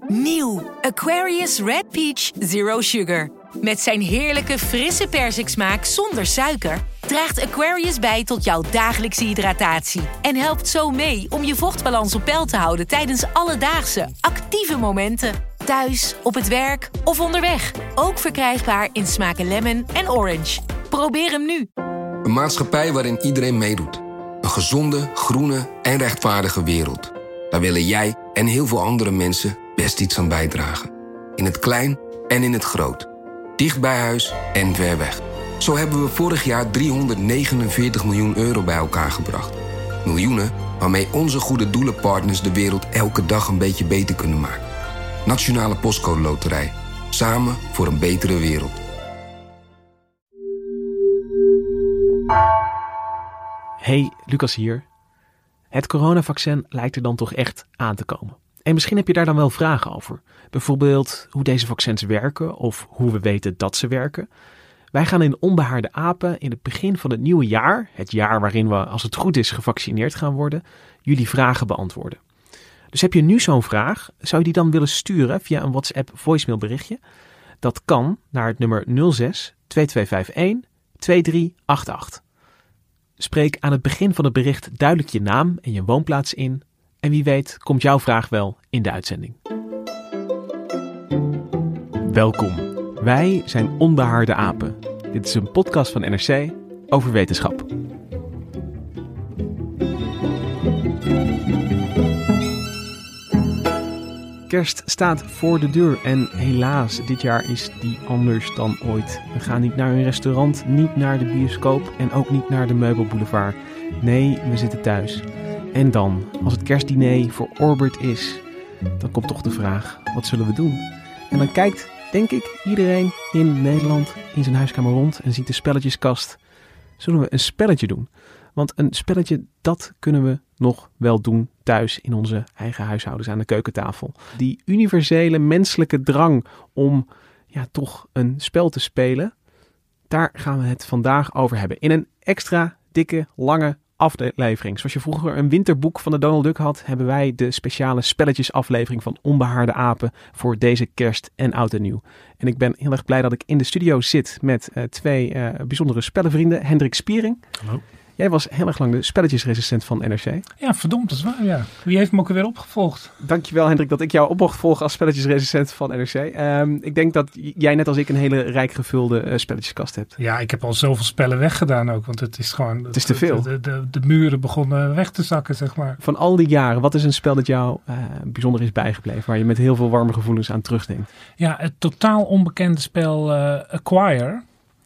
Nieuw Aquarius Red Peach Zero Sugar. Met zijn heerlijke frisse persiksmaak zonder suiker draagt Aquarius bij tot jouw dagelijkse hydratatie. En helpt zo mee om je vochtbalans op peil te houden tijdens alledaagse, actieve momenten. Thuis, op het werk of onderweg. Ook verkrijgbaar in smaken lemon en orange. Probeer hem nu. Een maatschappij waarin iedereen meedoet. Een gezonde, groene en rechtvaardige wereld. Daar willen jij en heel veel andere mensen best iets aan bijdragen. In het klein en in het groot. Dicht bij huis en ver weg. Zo hebben we vorig jaar 349 miljoen euro bij elkaar gebracht. Miljoenen waarmee onze goede doelenpartners de wereld elke dag een beetje beter kunnen maken. Nationale Postcode Loterij. Samen voor een betere wereld. Hey, Lucas hier. Het coronavaccin lijkt er dan toch echt aan te komen. En misschien heb je daar dan wel vragen over. Bijvoorbeeld hoe deze vaccins werken of hoe we weten dat ze werken. Wij gaan in Onbehaarde Apen in het begin van het nieuwe jaar, het jaar waarin we als het goed is gevaccineerd gaan worden, jullie vragen beantwoorden. Dus heb je nu zo'n vraag, zou je die dan willen sturen via een WhatsApp voicemailberichtje? Dat kan naar het nummer 06 2251 2388. Spreek aan het begin van het bericht duidelijk je naam en je woonplaats in. En wie weet komt jouw vraag wel in de uitzending. Welkom. Wij zijn Onbehaarde Apen. Dit is een podcast van NRC over wetenschap. Kerst staat voor de deur en helaas, dit jaar is die anders dan ooit. We gaan niet naar een restaurant, niet naar de bioscoop en ook niet naar de meubelboulevard. Nee, we zitten thuis. En dan, als het kerstdiner verorberd is, dan komt toch de vraag, wat zullen we doen? En dan kijkt, denk ik, iedereen in Nederland in zijn huiskamer rond en ziet de spelletjeskast. Zullen we een spelletje doen? Want een spelletje, dat kunnen we nog wel doen thuis in onze eigen huishoudens aan de keukentafel. Die universele menselijke drang om toch een spel te spelen, daar gaan we het vandaag over hebben. In een extra dikke, lange aflevering. Zoals je vroeger een winterboek van de Donald Duck had, hebben wij de speciale spelletjesaflevering van Onbehaarde Apen voor deze kerst en oud en nieuw. En ik ben heel erg blij dat ik in de studio zit met twee bijzondere spellenvrienden. Hendrik Spiering. Hallo. Jij was heel erg lang de spelletjesrecensent van NRC. Ja, verdomd, dat is waar, ja. Wie heeft me ook weer opgevolgd? Dankjewel, Hendrik, dat ik jou op mocht volgen als spelletjesrecensent van NRC. Ik denk dat jij net als ik een hele rijk gevulde spelletjeskast hebt. Ja, ik heb al zoveel spellen weggedaan ook, want het is gewoon... Het is te veel. De muren begonnen weg te zakken, zeg maar. Van al die jaren, wat is een spel dat jou bijzonder is bijgebleven, waar je met heel veel warme gevoelens aan terugdenkt? Ja, het totaal onbekende spel Acquire.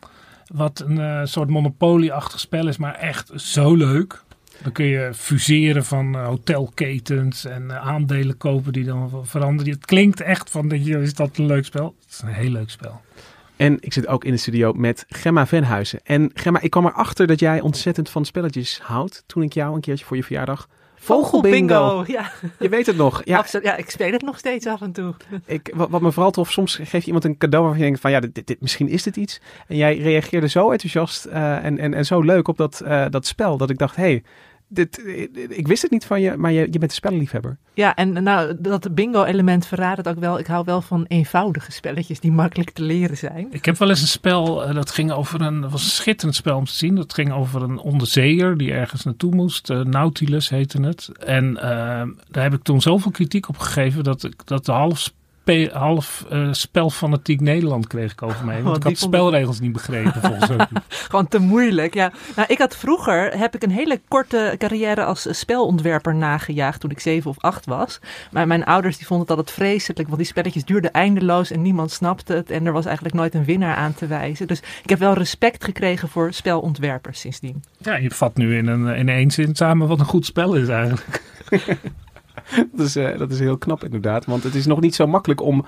Wat een soort Monopoly-achtig spel is, maar echt zo leuk. Dan kun je fuseren van hotelketens en aandelen kopen die dan veranderen. Het klinkt echt van, is dat een leuk spel? Het is een heel leuk spel. En ik zit ook in de studio met Gemma Venhuizen. En Gemma, ik kwam erachter dat jij ontzettend van spelletjes houdt toen ik jou een keertje voor je verjaardag... Vogelbingo! Ja. Je weet het nog. Ja. Absoluut. Ja, ik speel het nog steeds af en toe. Wat me vooral tof, soms geef je iemand een cadeau waarvan je denkt van misschien is dit iets. En jij reageerde zo enthousiast en zo leuk op dat spel dat ik dacht, ik wist het niet van je, maar je bent een spellenliefhebber. Ja, en nou, dat bingo-element verraadt het ook wel. Ik hou wel van eenvoudige spelletjes die makkelijk te leren zijn. Ik heb wel eens een spel, dat was een schitterend spel om te zien. Dat ging over een onderzeeër die ergens naartoe moest. Nautilus heette het. En daar heb ik toen zoveel kritiek op gegeven dat de half spelfanatiek Nederland kreeg ik over mij. Want ik had de spelregels niet begrepen volgens mij. Gewoon te moeilijk, ja. Nou, heb ik een hele korte carrière als spelontwerper nagejaagd toen ik 7 of 8 was. Maar mijn ouders die vonden dat het vreselijk, want die spelletjes duurden eindeloos en niemand snapte het. En er was eigenlijk nooit een winnaar aan te wijzen. Dus ik heb wel respect gekregen voor spelontwerpers sindsdien. Ja, je vat nu in één zin samen wat een goed spel is eigenlijk. Dat is heel knap inderdaad, want het is nog niet zo makkelijk om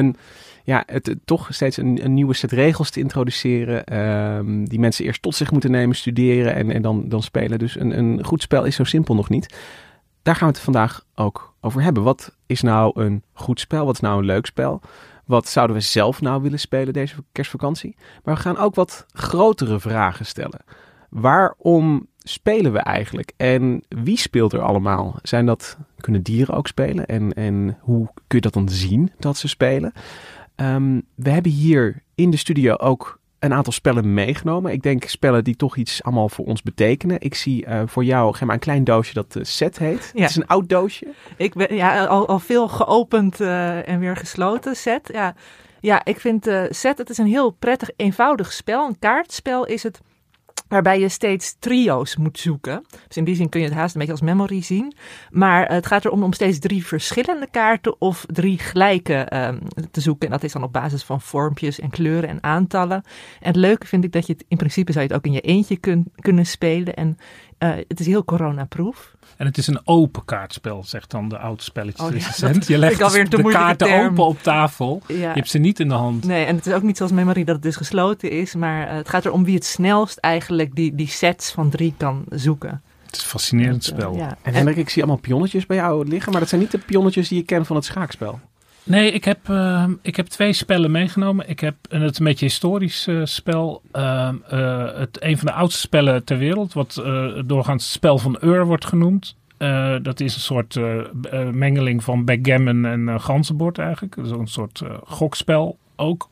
toch steeds een nieuwe set regels te introduceren, die mensen eerst tot zich moeten nemen, studeren en dan spelen. Dus een goed spel is zo simpel nog niet. Daar gaan we het vandaag ook over hebben. Wat is nou een goed spel? Wat is nou een leuk spel? Wat zouden we zelf nou willen spelen deze kerstvakantie? Maar we gaan ook wat grotere vragen stellen. Waarom spelen we eigenlijk? En wie speelt er allemaal? Kunnen dieren ook spelen? En hoe kun je dat dan zien dat ze spelen? We hebben hier in de studio ook een aantal spellen meegenomen. Ik denk spellen die toch iets allemaal voor ons betekenen. Ik zie voor jou, Gemma, een klein doosje dat Set heet. Ja. Het is een oud doosje. Ik ben al veel geopend en weer gesloten, Set. Ja, ik vind Set, het is een heel prettig, eenvoudig spel. Een kaartspel is het waarbij je steeds trio's moet zoeken. Dus in die zin kun je het haast een beetje als memory zien. Maar het gaat erom om steeds 3 verschillende kaarten of 3 gelijke te zoeken. En dat is dan op basis van vormpjes en kleuren en aantallen. En het leuke vind ik dat je het in principe zou je het ook in je eentje kunnen spelen. En het is heel coronaproof. En het is een open kaartspel, zegt dan de oude spelletjesrecensent. Ja, je legt de kaarten term open op tafel. Ja. Je hebt ze niet in de hand. Nee, en het is ook niet zoals memory dat het dus gesloten is. Maar het gaat erom wie het snelst eigenlijk die sets van 3 kan zoeken. Het is een fascinerend spel. Ja. En Hendrik, ik zie allemaal pionnetjes bij jou liggen. Maar dat zijn niet de pionnetjes die je kent van het schaakspel. Nee, ik heb 2 spellen meegenomen. En het is een beetje een historisch spel. Een van de oudste spellen ter wereld. Wat doorgaans het spel van Ur wordt genoemd. Dat is een soort mengeling van backgammon en ganzenbord eigenlijk. Dat is een soort gokspel ook.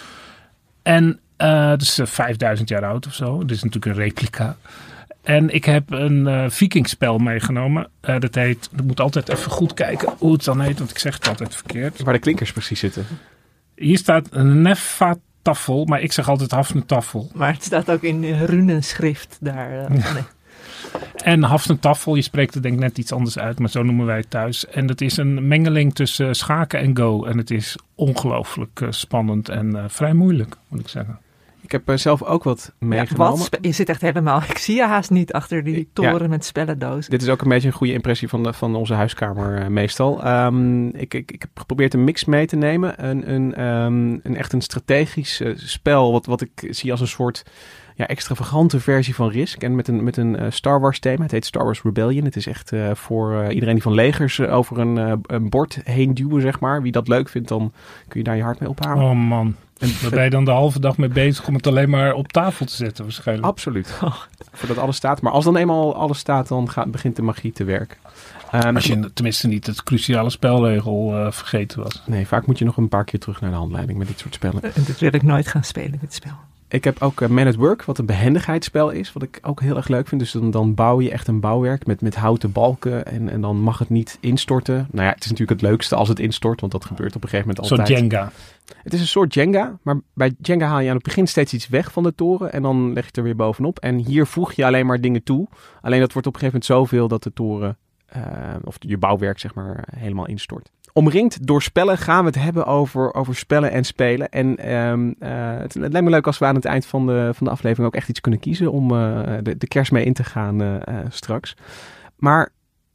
En het is 5000 jaar oud of zo. Het is natuurlijk een replica. En ik heb een vikingspel meegenomen. Dat moet altijd even goed kijken hoe het dan heet, want ik zeg het altijd verkeerd. Waar de klinkers precies zitten. Hier staat een Nefatafel, maar ik zeg altijd Hafnetafel. Maar het staat ook in runenschrift daar. Nee. En Hafnetafel, je spreekt het denk ik net iets anders uit, maar zo noemen wij het thuis. En dat is een mengeling tussen schaken en go. En het is ongelooflijk spannend en vrij moeilijk, moet ik zeggen. Ik heb zelf ook wat meegenomen. Je zit echt helemaal... Ik zie je haast niet achter die toren met spellendozen. Dit is ook een beetje een goede impressie van onze huiskamer meestal. Ik heb geprobeerd een mix mee te nemen. Echt een strategisch spel wat ik zie als een soort extravagante versie van Risk. En met een Star Wars thema. Het heet Star Wars Rebellion. Het is echt voor iedereen die van legers over een bord heen duwen, zeg maar. Wie dat leuk vindt, dan kun je daar je hart mee ophalen. Oh man. En daar ben je dan de halve dag mee bezig om het alleen maar op tafel te zetten waarschijnlijk. Absoluut. Voordat alles staat. Maar als dan eenmaal alles staat, dan begint de magie te werken. Als je tenminste niet het cruciale spelregel vergeten was. Nee, vaak moet je nog een paar keer terug naar de handleiding met dit soort spellen. Dit wil ik nooit gaan spelen, dit spel. Ik heb ook Man at Work, wat een behendigheidsspel is. Wat ik ook heel erg leuk vind. Dus dan bouw je echt een bouwwerk met houten balken. En dan mag het niet instorten. Nou ja, het is natuurlijk het leukste als het instort. Want dat gebeurt op een gegeven moment altijd. Een soort Jenga. Het is een soort Jenga. Maar bij Jenga haal je aan het begin steeds iets weg van de toren. En dan leg je het er weer bovenop. En hier voeg je alleen maar dingen toe. Alleen dat wordt op een gegeven moment zoveel dat de toren... of je bouwwerk zeg maar helemaal instort. Omringd door spellen gaan we het hebben over spellen en spelen. En het lijkt me leuk als we aan het eind van de aflevering ook echt iets kunnen kiezen om de kerst mee in te gaan straks. Maar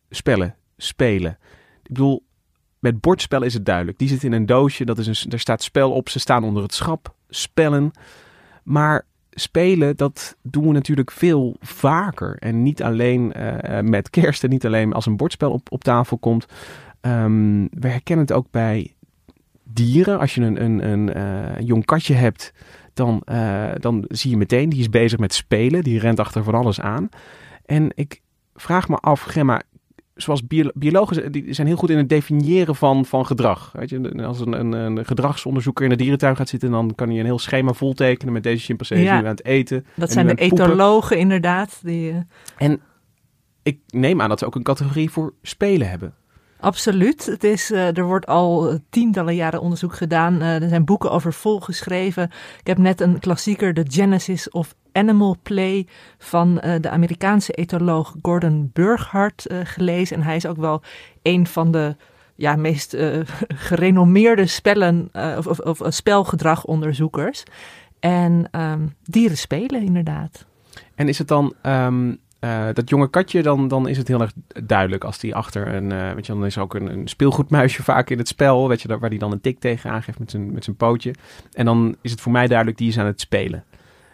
spelen. Ik bedoel, met bordspellen is het duidelijk. Die zit in een doosje, er staat spel op, ze staan onder het schap, spellen. Maar spelen, dat doen we natuurlijk veel vaker. En niet alleen met kerst en niet alleen als een bordspel op tafel komt. We herkennen het ook bij dieren. Als je een jong katje hebt, dan zie je meteen, die is bezig met spelen. Die rent achter van alles aan. En ik vraag me af, Gemma, zoals biologen, die zijn heel goed in het definiëren van gedrag. Weet je, als een gedragsonderzoeker in de dierentuin gaat zitten, dan kan hij een heel schema voltekenen met deze chimpansee nu aan het eten. Dat zijn de etologen inderdaad. En ik neem aan dat ze ook een categorie voor spelen hebben. Absoluut. Er wordt al tientallen jaren onderzoek gedaan. Er zijn boeken over volgeschreven. Ik heb net een klassieker, The Genesis of Animal Play, van de Amerikaanse etoloog Gordon Burghardt gelezen. En hij is ook wel een van de meest gerenommeerde spellen of spelgedragonderzoekers. En dieren spelen inderdaad. En is het dan... dat jonge katje, dan is het heel erg duidelijk als die achter dan is er ook een speelgoedmuisje vaak in het spel, weet je, waar die dan een tik tegen aangeeft met zijn pootje. En dan is het voor mij duidelijk, die is aan het spelen.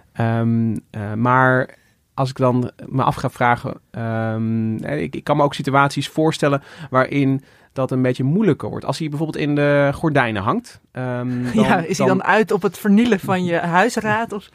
Maar als ik dan me af ga vragen, ik kan me ook situaties voorstellen waarin dat een beetje moeilijker wordt. Als hij bijvoorbeeld in de gordijnen hangt. Is hij dan uit op het vernielen van je huisraad? Of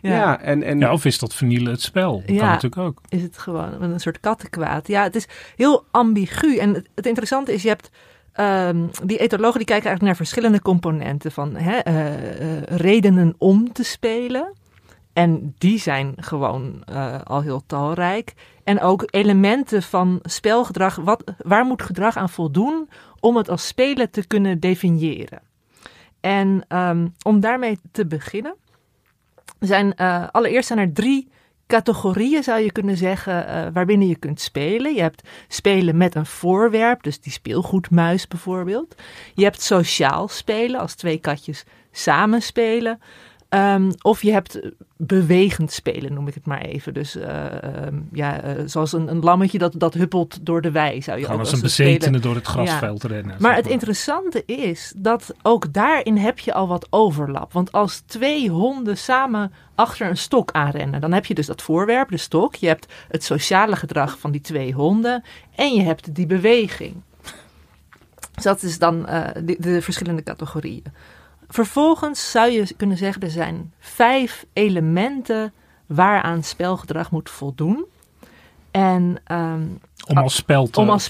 of is dat vernielen het spel? Dat kan natuurlijk ook. Is het gewoon een soort kattenkwaad? Ja, het is heel ambigu. En het interessante is, je hebt die etologen die kijken eigenlijk naar verschillende componenten van redenen om te spelen. En die zijn gewoon al heel talrijk. En ook elementen van spelgedrag. Waar moet gedrag aan voldoen om het als spelen te kunnen definiëren? En om daarmee te beginnen, allereerst zijn er 3 categorieën, zou je kunnen zeggen, waarbinnen je kunt spelen. Je hebt spelen met een voorwerp, dus die speelgoedmuis bijvoorbeeld. Je hebt sociaal spelen, als 2 katjes samen spelen. Of je hebt bewegend spelen, noem ik het maar even. Dus zoals een lammetje dat huppelt door de wei. Zou je gewoon ook als een bezetene door het grasveld rennen. Maar het interessante is dat ook daarin heb je al wat overlap. Want als 2 honden samen achter een stok aanrennen, dan heb je dus dat voorwerp, de stok. Je hebt het sociale gedrag van die 2 honden en je hebt die beweging. Dus dat is dan de verschillende categorieën. Vervolgens zou je kunnen zeggen, er zijn 5 elementen waaraan spelgedrag moet voldoen. En, om als spel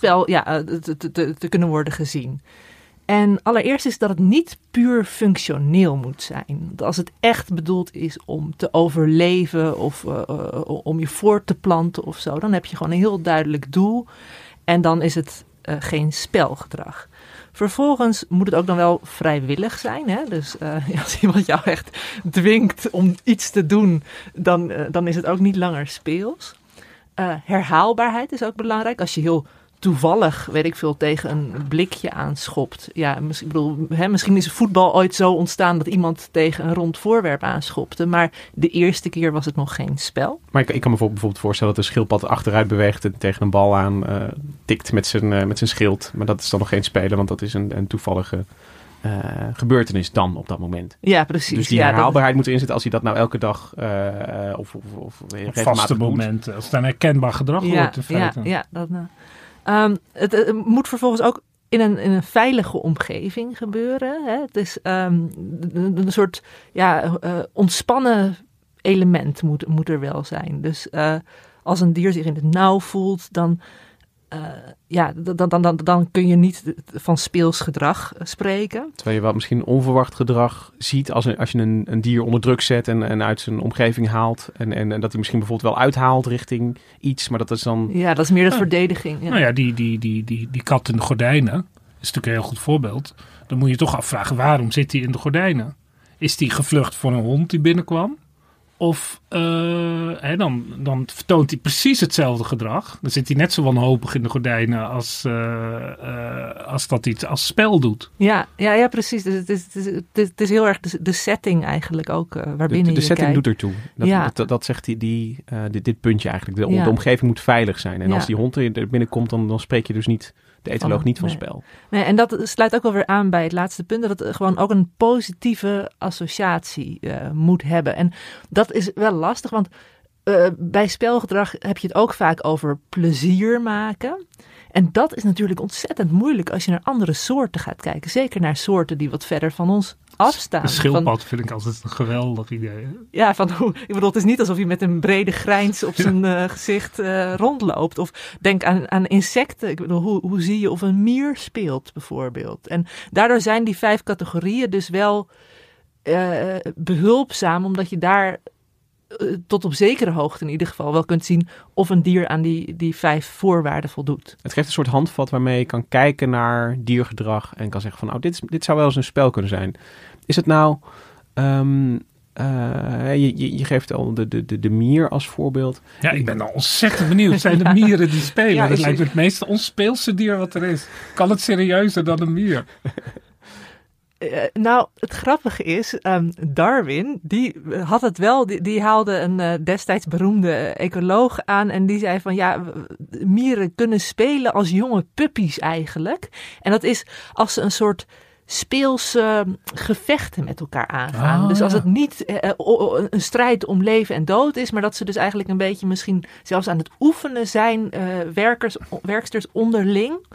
te kunnen worden gezien. En allereerst is dat het niet puur functioneel moet zijn. Als het echt bedoeld is om te overleven of om je voort te planten of zo, dan heb je gewoon een heel duidelijk doel. En dan is het geen spelgedrag. Vervolgens moet het ook dan wel vrijwillig zijn. Hè? Dus als iemand jou echt dwingt om iets te doen, dan is het ook niet langer speels. Herhaalbaarheid is ook belangrijk. Als je heel toevallig, weet ik veel, tegen een blikje aanschopt. Ja, misschien is voetbal ooit zo ontstaan dat iemand tegen een rond voorwerp aanschopte. Maar de eerste keer was het nog geen spel. Maar ik kan me bijvoorbeeld voorstellen dat een schildpad achteruit beweegt en tegen een bal aan tikt met zijn schild. Maar dat is dan nog geen spelen, want dat is een toevallige gebeurtenis dan op dat moment. Ja, precies. Dus die herhaalbaarheid moet erin zitten als hij dat nou elke dag of vaste momenten. Als het een herkenbaar gedrag wordt in feite. Ja, dat nou. Het moet vervolgens ook in een veilige omgeving gebeuren. Hè? Het is een soort ontspannen element moet er wel zijn. Dus als een dier zich in het nauw voelt, dan kun je niet van speels gedrag spreken. Terwijl je wel misschien onverwacht gedrag ziet als je een dier onder druk zet en uit zijn omgeving haalt. En dat hij misschien bijvoorbeeld wel uithaalt richting iets, maar dat is dan... Ja, dat is meer de verdediging. Ja. Nou ja, die kat in de gordijnen is natuurlijk een heel goed voorbeeld. Dan moet je toch afvragen, waarom zit hij in de gordijnen? Is hij gevlucht voor een hond die binnenkwam? Of dan vertoont hij precies hetzelfde gedrag. Dan zit hij net zo wanhopig in de gordijnen als dat hij het als spel doet. Ja, precies. Dus het is heel erg de setting eigenlijk ook waarbinnen je de setting kijkt. Doet ertoe. Dat zegt dit puntje eigenlijk. De omgeving moet veilig zijn. En als die hond er binnenkomt, dan spreek je dus niet... De etoloog niet van spel. Nee, en dat sluit ook wel weer aan bij het laatste punt. Dat het gewoon ook een positieve associatie moet hebben. En dat is wel lastig, want bij spelgedrag heb je het ook vaak over plezier maken. En dat is natuurlijk ontzettend moeilijk als je naar andere soorten gaat kijken. Zeker naar soorten die wat verder van ons afstaan. Een schildpad vind ik altijd een geweldig idee. Hè? Ja, ik bedoel, het is niet alsof je met een brede grijns op zijn gezicht rondloopt. Of denk aan insecten. Ik bedoel, hoe zie je of een mier speelt bijvoorbeeld? En daardoor zijn die 5 categorieën dus wel behulpzaam, omdat je daar tot op zekere hoogte in ieder geval wel kunt zien of een dier aan die 5 voorwaarden voldoet. Het geeft een soort handvat waarmee je kan kijken naar diergedrag en kan zeggen van, dit zou wel eens een spel kunnen zijn. Is het nou, je geeft al de mier als voorbeeld. Ja, ik ben al ontzettend benieuwd. Zijn de mieren die spelen? Ja, dat lijkt me het meest onspeelse dier wat er is. Kan het serieuzer dan een mier? Nou, het grappige is, Darwin, die had het wel, die haalde een destijds beroemde ecoloog aan en die zei van mieren kunnen spelen als jonge puppies eigenlijk. En dat is als ze een soort speelse gevechten met elkaar aangaan. Dus als het niet een strijd om leven en dood is, maar dat ze dus eigenlijk een beetje misschien zelfs aan het oefenen zijn, werksters onderling,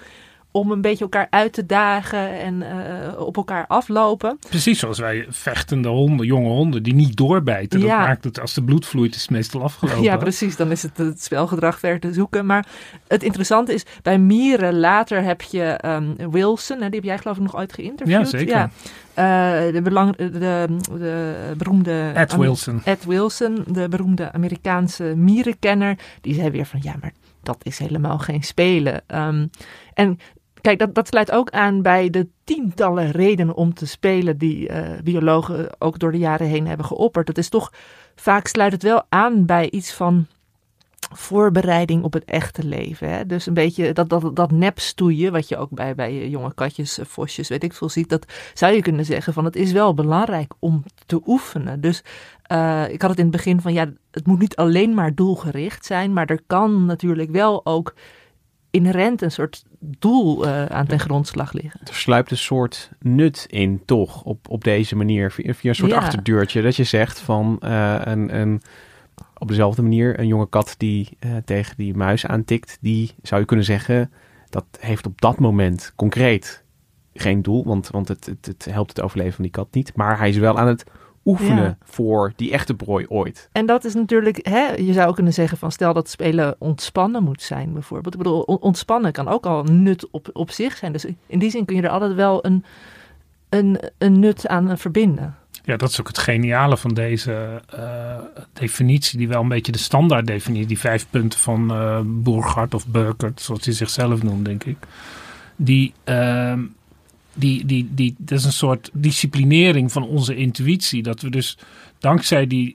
om een beetje elkaar uit te dagen en op elkaar aflopen. Precies zoals wij vechtende honden, jonge honden, die niet doorbijten. Dat maakt het, als de bloed vloeit, is het meestal afgelopen. Ja, precies. Dan is het spelgedrag ver te zoeken. Maar het interessante is, bij mieren later heb je Wilson. Die heb jij geloof ik nog ooit geïnterviewd. Ja, zeker. Ja. De beroemde... Ed Wilson, de beroemde Amerikaanse mierenkenner. Die zei weer van, ja, maar dat is helemaal geen spelen. En kijk, dat sluit ook aan bij de tientallen redenen om te spelen die biologen ook door de jaren heen hebben geopperd. Dat is toch, vaak sluit het wel aan bij iets van voorbereiding op het echte leven. Hè? Dus een beetje dat nepstoeien, wat je ook bij jonge katjes, vosjes, weet ik veel ziet, dat zou je kunnen zeggen van het is wel belangrijk om te oefenen. Dus ik had het in het begin van het moet niet alleen maar doelgericht zijn, maar er kan natuurlijk wel ook inherent een soort doel aan ten grondslag liggen. Er sluipt een soort nut in toch op deze manier, via een soort achterdeurtje, dat je zegt van op dezelfde manier een jonge kat die tegen die muis aantikt, die zou je kunnen zeggen, dat heeft op dat moment concreet geen doel, want het helpt het overleven van die kat niet, maar hij is wel aan het oefenen voor die echte prooi ooit. En dat is natuurlijk, je zou kunnen zeggen van stel dat spelen ontspannen moet zijn bijvoorbeeld. Ik bedoel, ontspannen kan ook al nut op zich zijn. Dus in die zin kun je er altijd wel een nut aan verbinden. Ja, dat is ook het geniale van deze definitie, die wel een beetje de standaard definitie, die 5 punten van Burkhardt of Burkert, zoals hij zichzelf noemt, denk ik. Dat is een soort disciplinering van onze intuïtie. Dat we dus dankzij die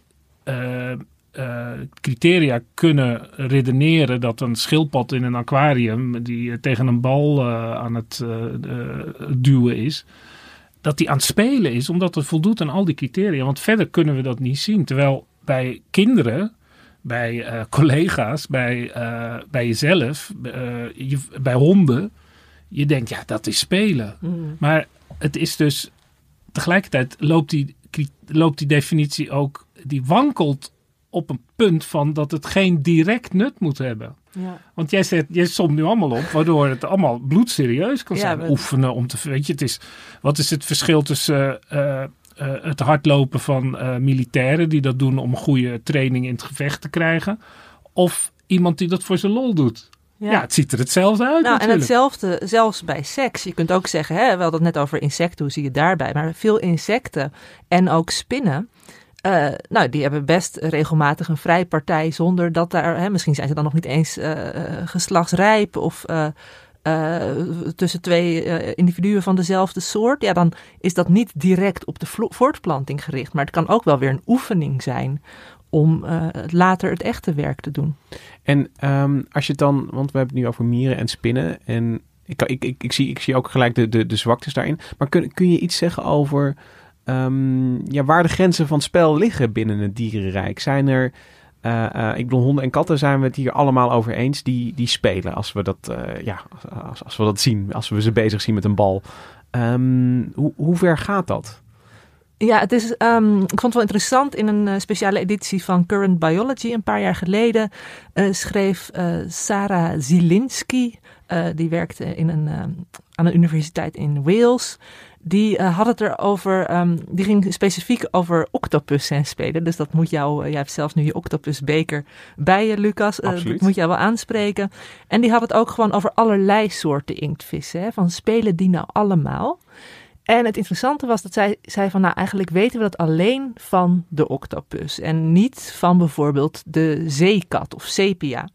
criteria kunnen redeneren dat een schildpad in een aquarium die tegen een bal aan het duwen is, dat die aan het spelen is, omdat het voldoet aan al die criteria. Want verder kunnen we dat niet zien. Terwijl bij kinderen, bij collega's, bij jezelf, bij honden, je denkt, dat is spelen. Mm. Maar het is dus, tegelijkertijd loopt die definitie ook, die wankelt op een punt van dat het geen direct nut moet hebben. Ja. Want jij somt nu allemaal op, waardoor het allemaal bloedserieus kan zijn. Oefenen om te, weet je, wat is het verschil tussen het hardlopen van militairen die dat doen om een goede training in het gevecht te krijgen, of iemand die dat voor zijn lol doet? Ja, het ziet er hetzelfde uit natuurlijk. En hetzelfde zelfs bij seks. Je kunt ook zeggen, we hadden het net over insecten, hoe zie je daarbij? Maar veel insecten en ook spinnen, die hebben best regelmatig een vrijpartij zonder dat daar, misschien zijn ze dan nog niet eens geslachtsrijp of tussen twee individuen van dezelfde soort. Ja, dan is dat niet direct op de voortplanting gericht, maar het kan ook wel weer een oefening zijn om later het echte werk te doen. En als je het dan, want we hebben het nu over mieren en spinnen en ik zie ook gelijk de zwaktes daarin. Maar kun je iets zeggen over waar de grenzen van het spel liggen binnen het dierenrijk? Zijn er, ik bedoel, honden en katten zijn we het hier allemaal over eens, die spelen als we dat, als we dat zien, als we ze bezig zien met een bal. Hoe ver gaat dat? Ja, het is, ik vond het wel interessant. In een speciale editie van Current Biology een paar jaar geleden schreef Sarah Zielinski, die werkte aan een universiteit in Wales. Die had het erover, die ging specifiek over octopussen spelen. Dus dat moet jij hebt zelfs nu je octopusbeker bij je, Lucas. Dat moet jou wel aanspreken. En die had het ook gewoon over allerlei soorten inktvissen. Hè, van spelen die nou allemaal? En het interessante was dat zij zei van, eigenlijk weten we dat alleen van de octopus. En niet van bijvoorbeeld de zeekat of sepia.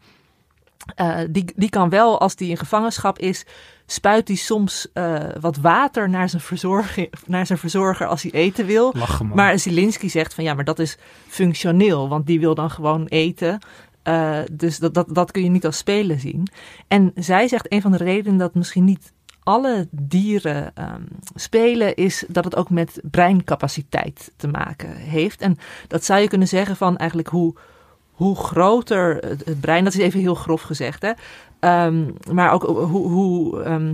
Die kan wel, als die in gevangenschap is, spuit hij soms wat water naar zijn verzorger als hij eten wil. Maar Zielinski zegt van, maar dat is functioneel, want die wil dan gewoon eten. Dus dat kun je niet als spelen zien. En zij zegt, een van de redenen dat misschien niet alle dieren spelen, is dat het ook met breincapaciteit te maken heeft. En dat zou je kunnen zeggen van eigenlijk hoe groter het brein, dat is even heel grof gezegd, hè? Maar ook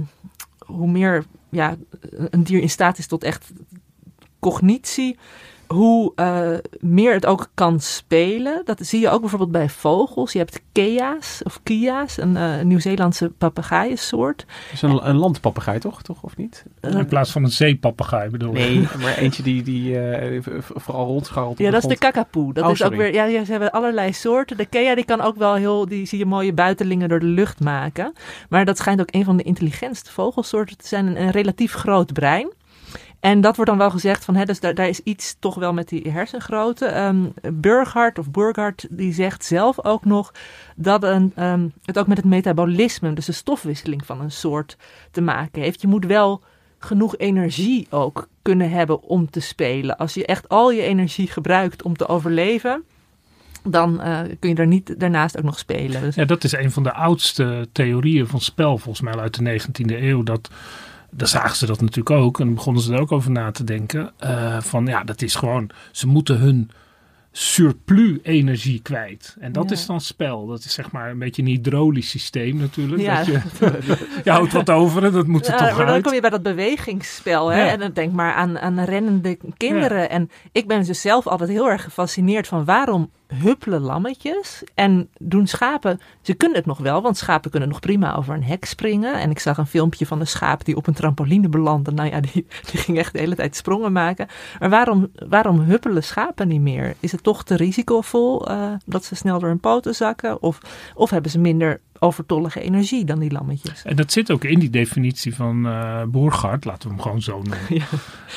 hoe meer een dier in staat is tot echt cognitie, hoe meer het ook kan spelen. Dat zie je ook bijvoorbeeld bij vogels. Je hebt kia's, een Nieuw-Zeelandse papegaaiensoort. Dat is een landpapegaai, toch? Of niet? In plaats van een zeepapegaai bedoel ik. Nee, maar eentje die vooral rondscharrelt. Ja, dat is de kakapoe. Dat is ook weer. Ja, ze hebben allerlei soorten. De kea die kan ook wel die zie je mooie buitelingen door de lucht maken. Maar dat schijnt ook een van de intelligentste vogelsoorten te zijn. Een relatief groot brein. En dat wordt dan wel gezegd van, dus daar is iets toch wel met die hersengrootte. Burghardt, die zegt zelf ook nog dat het ook met het metabolisme, dus de stofwisseling van een soort, te maken heeft. Je moet wel genoeg energie ook kunnen hebben om te spelen. Als je echt al je energie gebruikt om te overleven, dan kun je er niet daarnaast ook nog spelen. Dus... Ja, dat is een van de oudste theorieën van spel, volgens mij uit de 19e eeuw. Daar zagen ze dat natuurlijk ook. En begonnen ze er ook over na te denken. Dat is gewoon, ze moeten hun surplus energie kwijt. En dat is dan spel. Dat is zeg maar een beetje een hydraulisch systeem natuurlijk. Ja. Dat je houdt wat over en dat moet er toch uit. Dan kom je bij dat bewegingsspel. Hè? Ja. En dan denk maar aan rennende kinderen. Ja. En ik ben dus zelf altijd heel erg gefascineerd van waarom huppelen lammetjes en doen schapen. Ze kunnen het nog wel, want schapen kunnen nog prima over een hek springen. En ik zag een filmpje van een schaap die op een trampoline belandde. Nou ja, die ging echt de hele tijd sprongen maken. Maar waarom huppelen schapen niet meer? Is het toch te risicovol dat ze snel door hun poten zakken? Of hebben ze minder overtollige energie dan die lammetjes? En dat zit ook in die definitie van Burghardt, laten we hem gewoon zo noemen.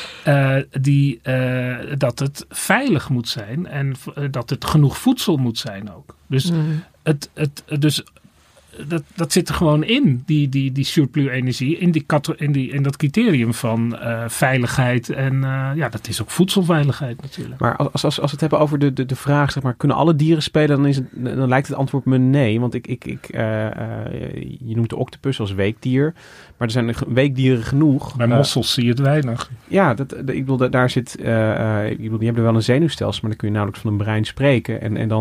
Ja. Dat het veilig moet zijn en dat het genoeg voedsel moet zijn ook. Dus dat zit er gewoon in, die surplus energie, in dat criterium van veiligheid. En dat is ook voedselveiligheid natuurlijk. Maar als we het hebben over de vraag, zeg maar, kunnen alle dieren spelen, dan lijkt het antwoord me nee. Want je noemt de octopus als weekdier, maar er zijn weekdieren genoeg. Bij mossels zie je het weinig. Ja, ik bedoel, daar zit, die hebben wel een zenuwstelsel, maar dan kun je nauwelijks van een brein spreken. En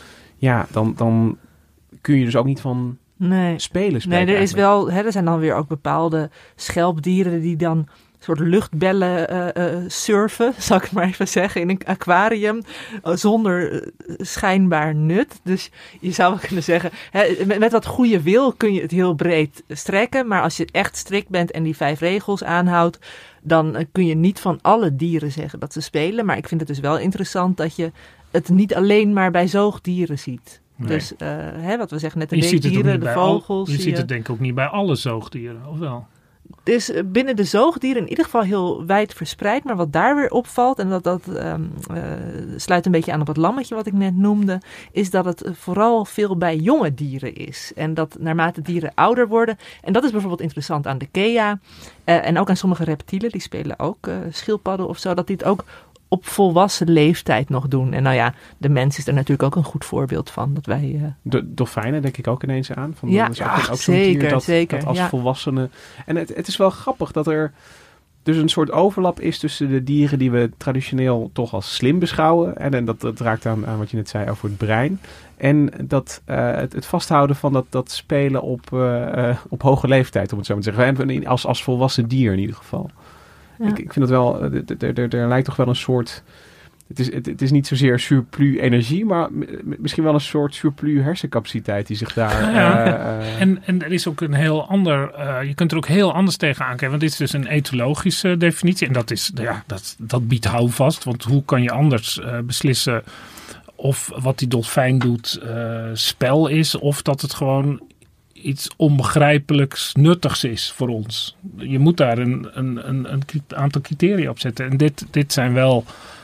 dan kun je dus ook niet van... spelen. Nee, er is wel. Er zijn dan weer ook bepaalde schelpdieren die dan soort luchtbellen surfen, zal ik het maar even zeggen, in een aquarium zonder schijnbaar nut. Dus je zou wel kunnen zeggen, met wat goede wil kun je het heel breed strekken, maar als je echt strikt bent en die 5 regels aanhoudt, dan kun je niet van alle dieren zeggen dat ze spelen. Maar ik vind het dus wel interessant dat je het niet alleen maar bij zoogdieren ziet. Nee. Dus wat we zeggen net, de weekdieren, de vogels. Je ziet het denk ik ook niet bij alle zoogdieren, of wel? Het is binnen de zoogdieren in ieder geval heel wijd verspreid. Maar wat daar weer opvalt, en dat sluit een beetje aan op het lammetje wat ik net noemde, is dat het vooral veel bij jonge dieren is. En dat naarmate dieren ouder worden, en dat is bijvoorbeeld interessant aan de kea, en ook aan sommige reptielen, die spelen ook schildpadden of zo, dat die het ook op volwassen leeftijd nog doen. En nou ja, de mens is er natuurlijk ook een goed voorbeeld van. Dat wij... De dolfijnen denk ik ook ineens aan. Dat is ook zo'n dier dat als volwassene... En het is wel grappig dat er dus een soort overlap is tussen de dieren die we traditioneel toch als slim beschouwen. En dat raakt aan wat je net zei over het brein. En dat het vasthouden van dat spelen op hoge leeftijd, om het zo maar te zeggen. En als volwassen dier in ieder geval. Ja. Ik vind dat wel, er lijkt toch wel een soort, het is niet zozeer surplus energie, maar misschien wel een soort surplus hersencapaciteit die zich daar... En er is ook een heel ander, je kunt er ook heel anders tegenaan kijken, want dit is dus een etologische definitie en dat biedt houvast, want hoe kan je anders beslissen of wat die dolfijn doet spel is, of dat het gewoon iets onbegrijpelijks nuttigs is voor ons. Je moet daar een aantal criteria op zetten. En dit zijn wel,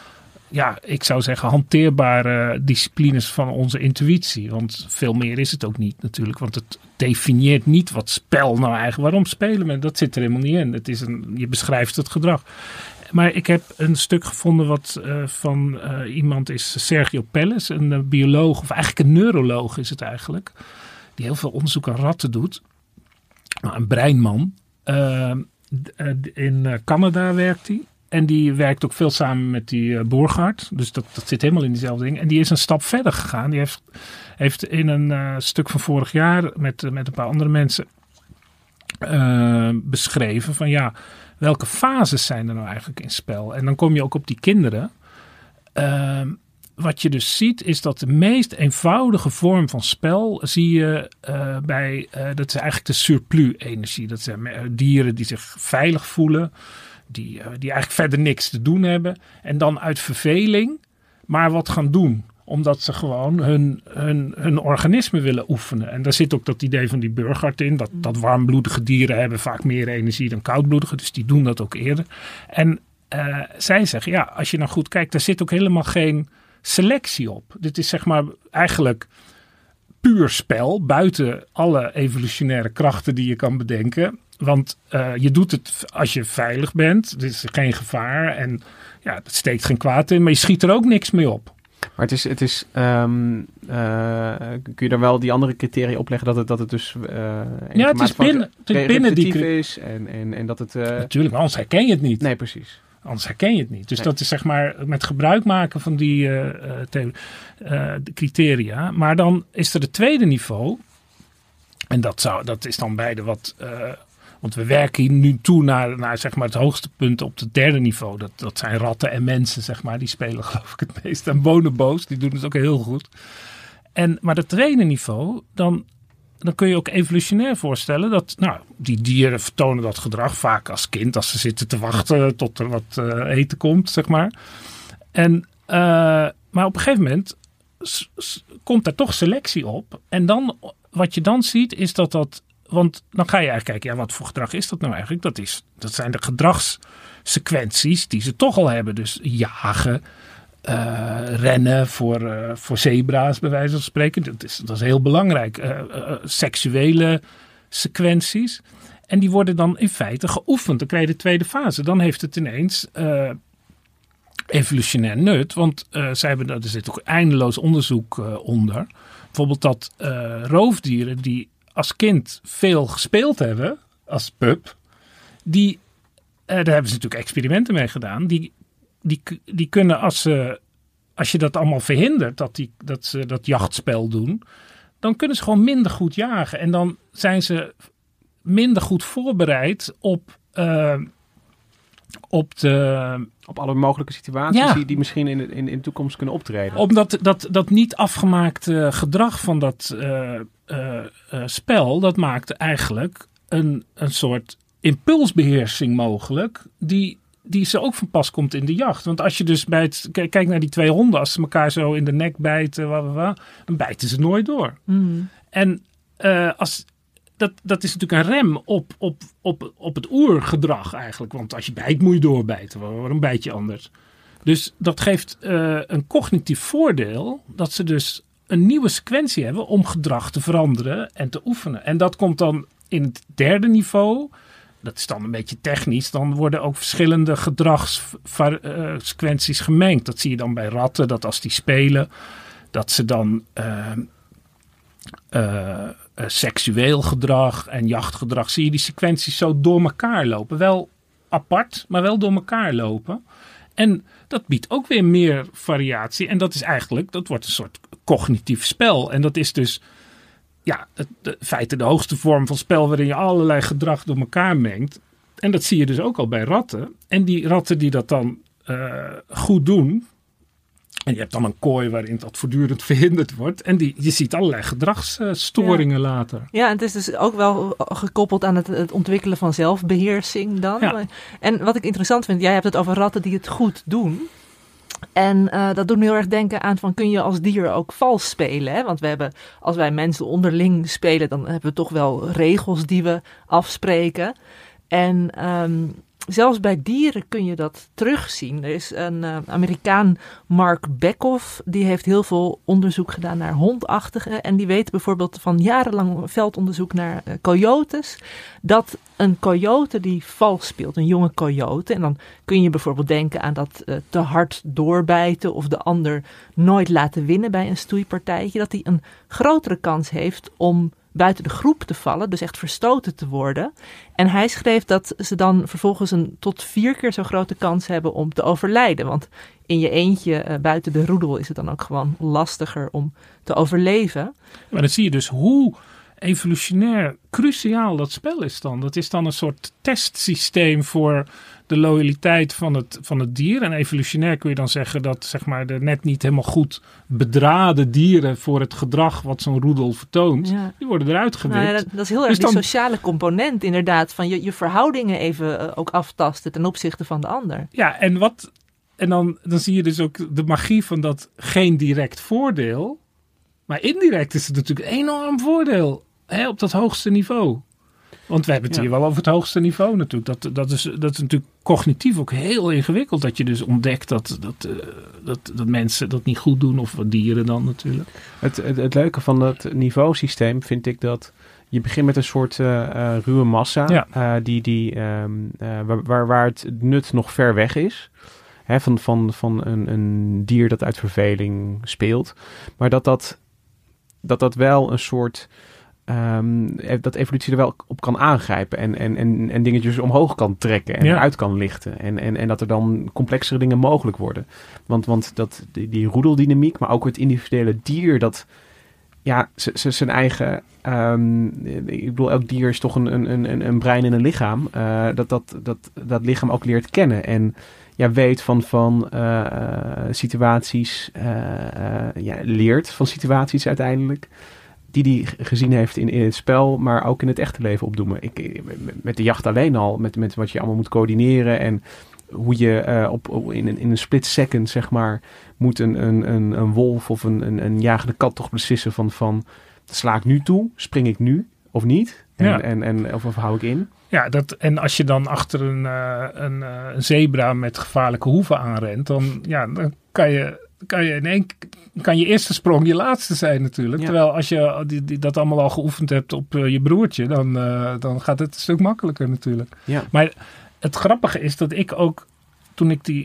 ik zou zeggen, hanteerbare disciplines van onze intuïtie. Want veel meer is het ook niet natuurlijk. Want het definieert niet wat spel nou eigenlijk... Waarom spelen we? Dat zit er helemaal niet in. Je beschrijft het gedrag. Maar ik heb een stuk gevonden wat van iemand is, Sergio Pelles, een bioloog, of eigenlijk een neuroloog is het eigenlijk, die heel veel onderzoek aan ratten doet. Een breinman. In Canada werkt hij. En die werkt ook veel samen met die Burghardt. Dus dat zit helemaal in diezelfde ding. En die is een stap verder gegaan. Die heeft in een stuk van vorig jaar met een paar andere mensen beschreven van welke fases zijn er nou eigenlijk in spel. En dan kom je ook op die kinderen. wat je dus ziet is dat de meest eenvoudige vorm van spel zie je dat is eigenlijk de surplus-energie. Dat zijn dieren die zich veilig voelen, die eigenlijk verder niks te doen hebben. En dan uit verveling maar wat gaan doen. Omdat ze gewoon hun organisme willen oefenen. En daar zit ook dat idee van die Burkhardt in. Dat warmbloedige dieren hebben vaak meer energie dan koudbloedige. Dus die doen dat ook eerder. En zij zeggen, ja, als je nou goed kijkt, daar zit ook helemaal geen selectie op. Dit is zeg maar eigenlijk puur spel. Buiten alle evolutionaire krachten die je kan bedenken. Want je doet het als je veilig bent. Er is geen gevaar. En ja, het steekt geen kwaad in. Maar je schiet er ook niks mee op. Maar het is kun je dan wel die andere criteria opleggen dat het dus ja, het is binnen die is en dat het natuurlijk, anders herken je het niet. Nee, precies. Anders herken je het niet. Dus dat is zeg maar met gebruik maken van die criteria. Maar dan is er het tweede niveau. En dat is dan beide wat. Want we werken hier nu toe naar zeg maar het hoogste punt op het derde niveau. Dat zijn ratten en mensen, zeg maar. Die spelen geloof ik het meest. En bonobo's, die doen het ook heel goed. Maar het tweede niveau, dan kun je ook evolutionair voorstellen dat die dieren vertonen dat gedrag vaak als kind. Als ze zitten te wachten tot er wat eten komt, zeg maar. Maar op een gegeven moment komt daar toch selectie op. En dan, wat je dan ziet is dat... Want dan ga je eigenlijk kijken, wat voor gedrag is dat nou eigenlijk? Dat zijn de gedragssequenties die ze toch al hebben. Dus jagen, rennen voor zebra's bij wijze van spreken. Dat is heel belangrijk. Seksuele sequenties. En die worden dan in feite geoefend. Dan krijg je de tweede fase. Dan heeft het ineens evolutionair nut. Want er zit ook eindeloos onderzoek onder. Bijvoorbeeld dat roofdieren die als kind veel gespeeld hebben, als pup, daar hebben ze natuurlijk experimenten mee gedaan. Die kunnen als je dat allemaal verhindert, dat ze dat jachtspel doen, dan kunnen ze gewoon minder goed jagen. En dan zijn ze minder goed voorbereid op alle mogelijke situaties die misschien in de toekomst kunnen optreden. Omdat dat niet afgemaakte gedrag van dat spel, dat maakt eigenlijk een soort impulsbeheersing mogelijk die ze ook van pas komt in de jacht. Want als je dus kijk naar die twee honden, als ze elkaar zo in de nek bijten, dan bijten ze nooit door. Mm. En dat is natuurlijk een rem op het oergedrag eigenlijk. Want als je bijt, moet je doorbijten. Waarom bijt je anders? Dus dat geeft een cognitief voordeel dat ze dus een nieuwe sequentie hebben om gedrag te veranderen en te oefenen. En dat komt dan in het derde niveau. Dat is dan een beetje technisch. Dan worden ook verschillende gedragssequenties gemengd. Dat zie je dan bij ratten. Dat als die spelen, dat ze dan seksueel gedrag en jachtgedrag, zie je die sequenties zo door elkaar lopen. Wel apart, maar wel door elkaar lopen. En dat biedt ook weer meer variatie. En dat wordt een soort cognitief spel. En dat is dus in feite de hoogste vorm van spel waarin je allerlei gedrag door elkaar mengt. En dat zie je dus ook al bij ratten. En die ratten die dat dan goed doen. En je hebt dan een kooi waarin dat voortdurend verhinderd wordt. En je ziet allerlei gedragsstoringen later. Ja, en het is dus ook wel gekoppeld aan het ontwikkelen van zelfbeheersing dan. Ja. En wat ik interessant vind, jij hebt het over ratten die het goed doen. En dat doet me heel erg denken aan kun je als dier ook vals spelen? Hè? Want als wij mensen onderling spelen, dan hebben we toch wel regels die we afspreken. En zelfs bij dieren kun je dat terugzien. Er is een Amerikaan, Mark Beckhoff, die heeft heel veel onderzoek gedaan naar hondachtigen. En die weet bijvoorbeeld van jarenlang veldonderzoek naar coyotes, dat een coyote die vals speelt, een jonge coyote, en dan kun je bijvoorbeeld denken aan dat te hard doorbijten of de ander nooit laten winnen bij een stoeipartijtje, dat hij een grotere kans heeft om buiten de groep te vallen, dus echt verstoten te worden. En hij schreef dat ze dan vervolgens een tot 4 keer zo grote kans hebben om te overlijden. Want in je eentje buiten de roedel is het dan ook gewoon lastiger om te overleven. Maar dan zie je dus hoe evolutionair cruciaal dat spel is dan. Dat is dan een soort testsysteem voor de loyaliteit van het dier. En evolutionair kun je dan zeggen dat zeg maar, de net niet helemaal goed bedraden dieren voor het gedrag wat zo'n roedel vertoont, die worden eruit gewipt. Nou ja, dat is heel erg die sociale component inderdaad, van je verhoudingen even ook aftasten ten opzichte van de ander. Ja, en dan zie je dus ook de magie van dat geen direct voordeel. Maar indirect is het natuurlijk een enorm voordeel op dat hoogste niveau. Want we hebben het hier wel over het hoogste niveau natuurlijk. Dat is natuurlijk cognitief ook heel ingewikkeld. Dat je dus ontdekt dat mensen dat niet goed doen. Of wat dieren dan natuurlijk. Het leuke van dat niveausysteem vind ik dat je begint met een soort ruwe massa. Waar het nut nog ver weg is. Hè, van een dier dat uit verveling speelt. Maar dat wel een soort dat evolutie er wel op kan aangrijpen en dingetjes omhoog kan trekken en eruit kan lichten en dat er dan complexere dingen mogelijk worden. Want dat die roedeldynamiek, maar ook het individuele dier, dat zijn eigen, ik bedoel, elk dier is toch een brein en een lichaam, dat lichaam ook leert kennen en weet van situaties, leert van situaties uiteindelijk, die gezien heeft in het spel, maar ook in het echte leven opdoemen. Met de jacht alleen al, met wat je allemaal moet coördineren en hoe je in een split second, zeg maar, moet een wolf of een jagende kat toch beslissen van sla ik nu toe, spring ik nu of niet? Of hou ik in? Ja, en als je dan achter een zebra met gevaarlijke hoeven aanrent, dan kan je eerste sprong je laatste zijn natuurlijk. Ja. Terwijl als je dat allemaal al geoefend hebt op je broertje, dan gaat het een stuk makkelijker natuurlijk. Ja. Maar het grappige is dat ik ook, toen ik die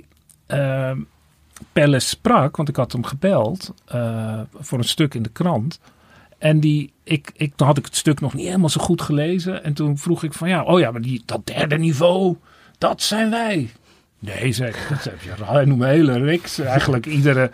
Pelle sprak, want ik had hem gebeld voor een stuk in de krant. En toen had ik het stuk nog niet helemaal zo goed gelezen. En toen vroeg ik van maar dat derde niveau, dat zijn wij. Nee, zeg, dat heb je. Hij noemt een hele riks. Eigenlijk ieder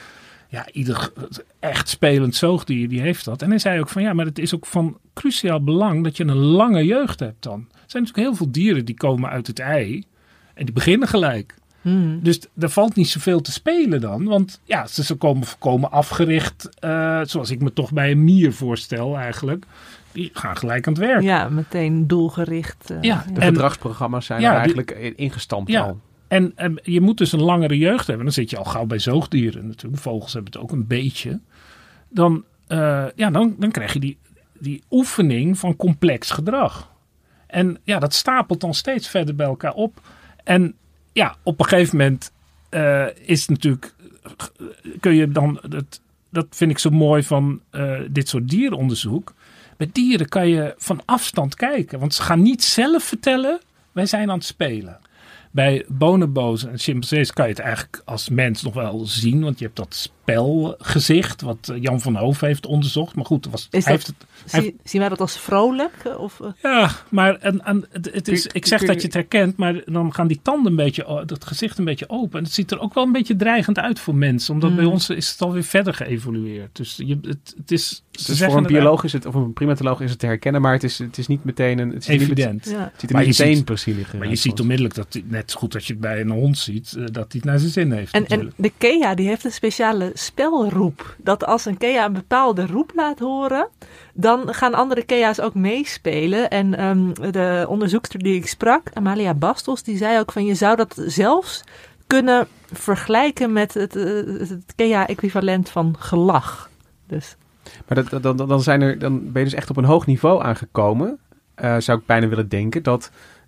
echt spelend zoogdier, die heeft dat. En hij zei ook van maar het is ook van cruciaal belang dat je een lange jeugd hebt dan. Er zijn natuurlijk heel veel dieren die komen uit het ei en die beginnen gelijk. Dus er valt niet zoveel te spelen dan. Want ze komen volkomen afgericht, zoals ik me toch bij een mier voorstel eigenlijk. Die gaan gelijk aan het werk. Ja, meteen doelgericht. De gedragsprogramma's zijn er eigenlijk ingestampt al. En je moet dus een langere jeugd hebben. Dan zit je al gauw bij zoogdieren natuurlijk. Vogels hebben het ook een beetje. Dan krijg je die oefening van complex gedrag. En dat stapelt dan steeds verder bij elkaar op. En op een gegeven moment is natuurlijk, kun je dan, dat vind ik zo mooi van dit soort dierenonderzoek. Bij dieren kan je van afstand kijken. Want ze gaan niet zelf vertellen, wij zijn aan het spelen. Bij bonobo's en chimpansees kan je het eigenlijk als mens nog wel zien. Want je hebt dat spelgezicht wat Jan van Hoof heeft onderzocht. Maar goed, zien wij dat als vrolijk? Of? Ja, maar het is, ik zeg dat je het herkent. Maar dan gaan die tanden dat gezicht een beetje open. En het ziet er ook wel een beetje dreigend uit voor mensen. Omdat bij ons is het alweer verder geëvolueerd. Dus het is... Dus voor een bioloog is het, of een primatoloog is het te herkennen, maar het is niet meteen het is evident. Het ziet er niet meteen precies liggen. Maar je ziet onmiddellijk dat net zo goed als je het bij een hond ziet, dat hij het naar zijn zin heeft. En de Kea die heeft een speciale spelroep. Dat als een Kea een bepaalde roep laat horen, dan gaan andere Kea's ook meespelen. En de onderzoekster die ik sprak, Amalia Bastos, die zei ook van je zou dat zelfs kunnen vergelijken met het Kea-equivalent van gelach. Dus... Maar dan ben je dus echt op een hoog niveau aangekomen. Zou ik bijna willen denken dat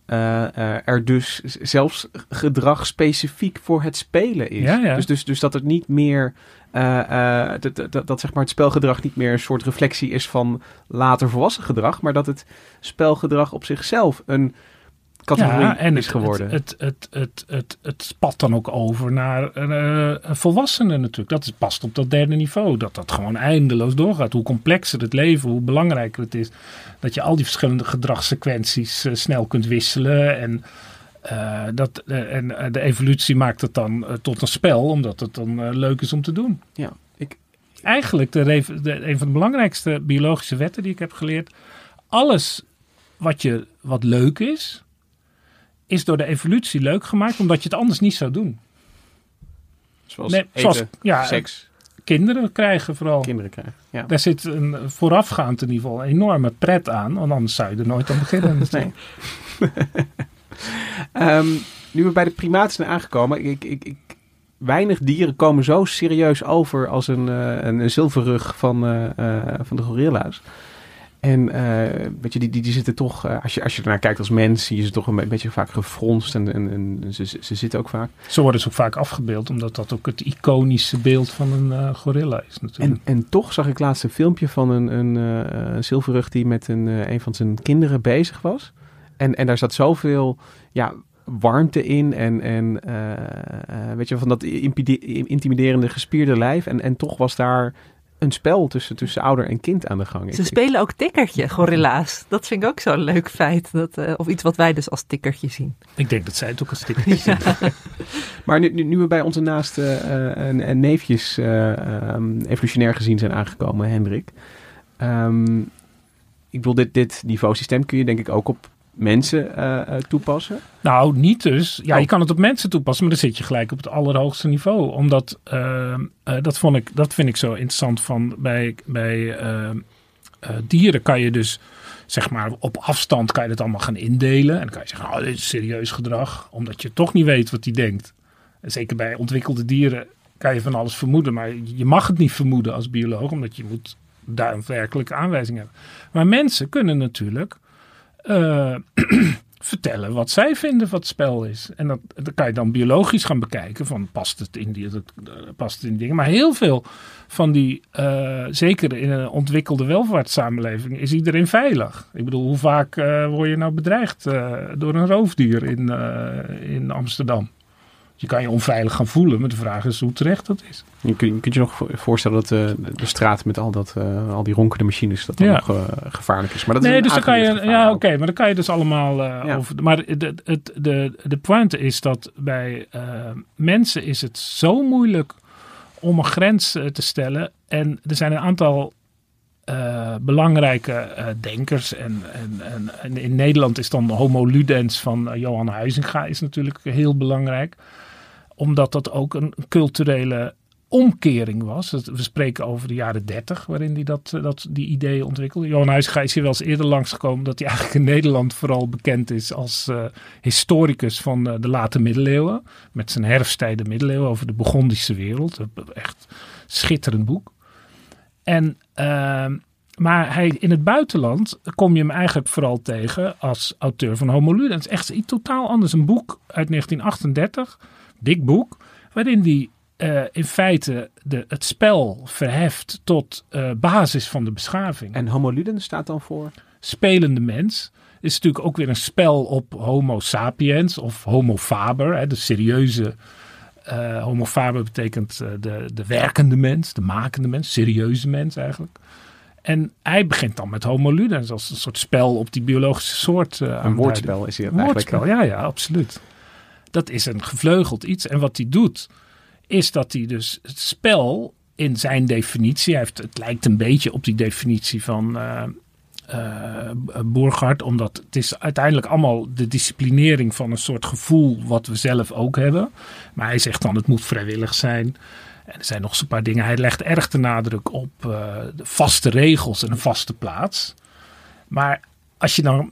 er dus zelfs gedrag specifiek voor het spelen is. Ja. Dus dat het niet meer dat zeg maar het spelgedrag niet meer een soort reflectie is van later volwassen gedrag, maar dat het spelgedrag op zichzelf een categorie is geworden. Het spat dan ook over naar volwassenen natuurlijk. Dat past op dat derde niveau. Dat gewoon eindeloos doorgaat. Hoe complexer het leven, hoe belangrijker het is. Dat je al die verschillende gedragssequenties snel kunt wisselen. En de evolutie maakt het dan tot een spel. Omdat het dan leuk is om te doen. Ja, Eigenlijk een van de belangrijkste biologische wetten die ik heb geleerd. alles wat leuk is door de evolutie leuk gemaakt, omdat je het anders niet zou doen. Zoals eten, seks. Kinderen krijgen vooral. Kinderen krijgen, ja. Daar zit voorafgaand in ieder geval een enorme pret aan, want anders zou je er nooit aan beginnen. Nee. Nu we bij de primaten zijn aangekomen, weinig dieren komen zo serieus over als een zilverrug van de gorilla's. En weet je, die zitten toch, als je ernaar kijkt als mens, zie je ze toch een beetje vaak gefronst en ze zitten ook vaak. Zo worden ze ook vaak afgebeeld, omdat dat ook het iconische beeld van een gorilla is natuurlijk. En toch zag ik laatst een filmpje van een zilverrug die met een van zijn kinderen bezig was. En daar zat zoveel warmte in en weet je, van dat intimiderende gespierde lijf. En toch was daar een spel tussen ouder en kind aan de gang. Ze spelen ook tikkertje, gorilla's. Dat vind ik ook zo'n leuk feit. Of iets wat wij dus als tikkertje zien. Ik denk dat zij het ook als tikkertje zien. Maar nu we bij onze naaste neefjes evolutionair gezien zijn aangekomen, Hendrik. Ik bedoel, dit niveausysteem kun je denk ik ook op mensen toepassen? Nou, niet dus. Ja, je kan het op mensen toepassen, maar dan zit je gelijk op het allerhoogste niveau. Omdat, dat vind ik zo interessant van bij dieren kan je dus, zeg maar, op afstand kan je het allemaal gaan indelen. En dan kan je zeggen, dit is serieus gedrag, omdat je toch niet weet wat hij denkt. En zeker bij ontwikkelde dieren kan je van alles vermoeden, maar je mag het niet vermoeden als bioloog, omdat je moet daadwerkelijk aanwijzingen hebben. Maar mensen kunnen natuurlijk vertellen wat zij vinden wat spel is. En dat kan je dan biologisch gaan bekijken. Van past het in die dingen. Maar heel veel van die, zeker in een ontwikkelde welvaartssamenleving, is iedereen veilig. Ik bedoel, hoe vaak word je nou bedreigd door een roofdier in Amsterdam? Je kan je onveilig gaan voelen, maar de vraag is hoe terecht dat is. Je kunt je nog voorstellen dat de straat met al die ronkende machines dat dan nog gevaarlijk is. Maar dat is dus dan kan je, maar dan kan je dus allemaal over. Maar de pointe is dat bij mensen is het zo moeilijk om een grens te stellen. En er zijn een aantal belangrijke denkers. En in Nederland is dan Homo Ludens van Johan Huizinga is natuurlijk heel belangrijk. Omdat dat ook een culturele omkering was. We spreken over de jaren 30 waarin hij die ideeën ontwikkelde. Johan Huizinga is hier wel eens eerder langsgekomen dat hij eigenlijk in Nederland vooral bekend is als historicus van de late middeleeuwen. Met zijn Herfsttijde middeleeuwen over de Burgondische wereld. Echt schitterend boek. Maar in het buitenland kom je hem eigenlijk vooral tegen als auteur van Homo Ludens. Echt iets totaal anders. Een boek uit 1938, dik boek, waarin hij in feite het spel verheft tot basis van de beschaving. En Homo Ludens staat dan voor? Spelende mens. Is natuurlijk ook weer een spel op Homo sapiens of Homo faber, de serieuze. Homo faber betekent de werkende mens, de makende mens, serieuze mens eigenlijk. En hij begint dan met Homo Ludens als een soort spel op die biologische soort. Een woordspel is hij eigenlijk. Woordspel, ja, absoluut. Dat is een gevleugeld iets. En wat hij doet, is dat hij dus het spel in zijn definitie, het lijkt een beetje op die definitie van Bourgaard, omdat het is uiteindelijk allemaal de disciplinering van een soort gevoel wat we zelf ook hebben. Maar hij zegt dan, het moet vrijwillig zijn. En er zijn nog zo'n paar dingen. Hij legt erg de nadruk op de vaste regels en een vaste plaats. Maar als je dan...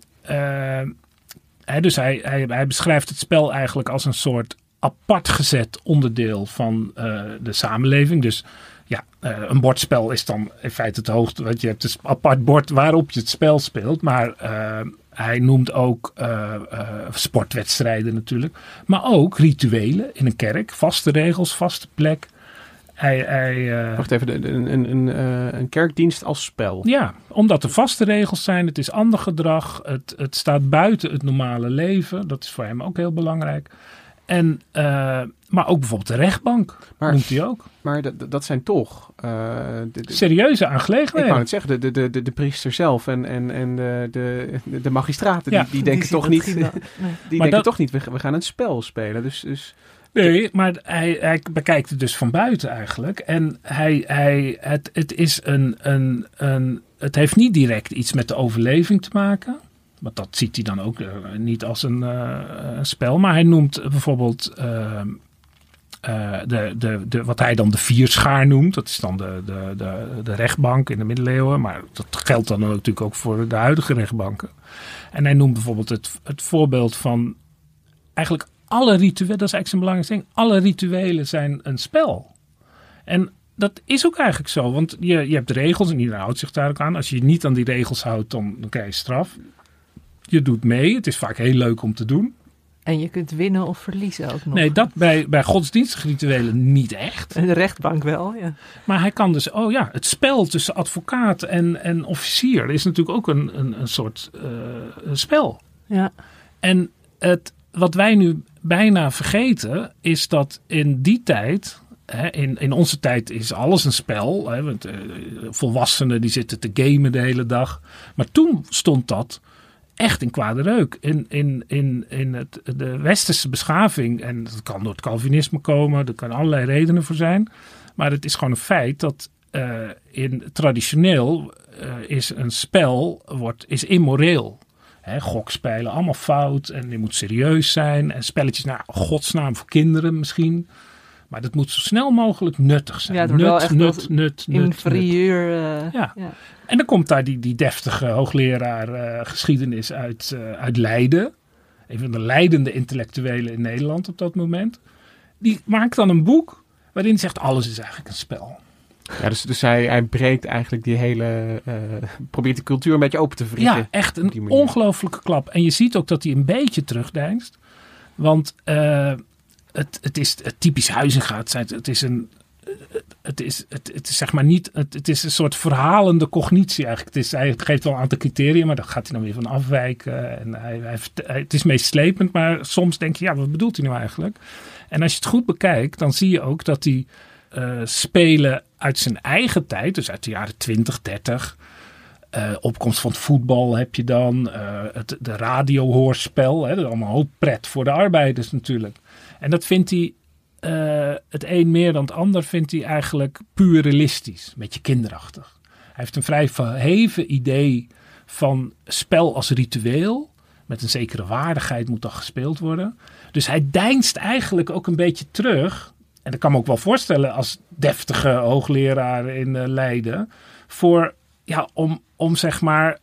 dus hij beschrijft het spel eigenlijk als een soort apart gezet onderdeel van de samenleving. Dus ja, een bordspel is dan in feite het hoogste. Want je hebt een apart bord waarop je het spel speelt. Maar hij noemt ook sportwedstrijden natuurlijk. Maar ook rituelen in een kerk. Vaste regels, vaste plek. Wacht even, een kerkdienst als spel. Ja, omdat er vaste regels zijn. Het is ander gedrag. Het staat buiten het normale leven. Dat is voor hem ook heel belangrijk. Maar ook bijvoorbeeld de rechtbank noemt hij ook. Maar dat zijn toch... serieuze aangelegenheden. Ik wou het zeggen, de priester zelf en de magistraten, die denken toch niet... Die denken toch niet, we gaan een spel spelen. Dus nee, maar hij bekijkt het dus van buiten eigenlijk. En het is een het heeft niet direct iets met de overleving te maken. Want dat ziet hij dan ook niet als een spel. Maar hij noemt bijvoorbeeld wat hij dan de vierschaar noemt. Dat is dan de rechtbank in de middeleeuwen. Maar dat geldt dan natuurlijk ook voor de huidige rechtbanken. En hij noemt bijvoorbeeld het voorbeeld van eigenlijk alle rituelen. Dat is eigenlijk zijn belangrijkste ding. Alle rituelen zijn een spel. En dat is ook eigenlijk zo. Want je hebt regels en iedereen houdt zich daar ook aan. Als je je niet aan die regels houdt, dan krijg je straf. Je doet mee. Het is vaak heel leuk om te doen. En je kunt winnen of verliezen ook nog. Nee, dat bij godsdienstige rituelen niet echt. En de rechtbank wel, ja. Maar hij kan dus, het spel tussen advocaat en officier is natuurlijk ook een soort spel. Ja. En wat wij nu bijna vergeten is dat in die tijd, in onze tijd is alles een spel. Want volwassenen die zitten te gamen de hele dag. Maar toen stond dat echt in kwade reuk. In de westerse beschaving, en dat kan door het Calvinisme komen, er kan allerlei redenen voor zijn. Maar het is gewoon een feit dat traditioneel is een spel is immoreel. Gokspelen, allemaal fout en je moet serieus zijn. En spelletjes, godsnaam voor kinderen misschien. Maar dat moet zo snel mogelijk nuttig zijn. Ja, nut. Inferieur. Ja. En dan komt daar die deftige hoogleraar geschiedenis uit Leiden. Een van de leidende intellectuelen in Nederland op dat moment. Die maakt dan een boek waarin hij zegt alles is eigenlijk een spel. Ja, dus hij breekt eigenlijk die hele... probeert de cultuur een beetje open te wrikken. Ja, echt een ongelofelijke klap. En je ziet ook dat hij een beetje terugdeinst. Want het is typisch Huizinga. Het is zeg maar niet... Het is een soort verhalende cognitie eigenlijk. Hij geeft wel een aantal criteria, maar daar gaat hij dan weer van afwijken. En het is meest slepend, maar soms denk je, wat bedoelt hij nou eigenlijk? En als je het goed bekijkt, dan zie je ook dat hij spelen uit zijn eigen tijd, dus uit de jaren 20, 30... opkomst van het voetbal heb je dan. De radiohoorspel. Dat is allemaal hoop pret voor de arbeiders natuurlijk. En dat vindt hij, het een meer dan het ander, vindt hij eigenlijk puur realistisch. Een beetje kinderachtig. Hij heeft een vrij verheven idee van spel als ritueel. Met een zekere waardigheid moet dat gespeeld worden. Dus hij deinst eigenlijk ook een beetje terug. En dat kan me ook wel voorstellen als deftige hoogleraar in Leiden. Om zeg maar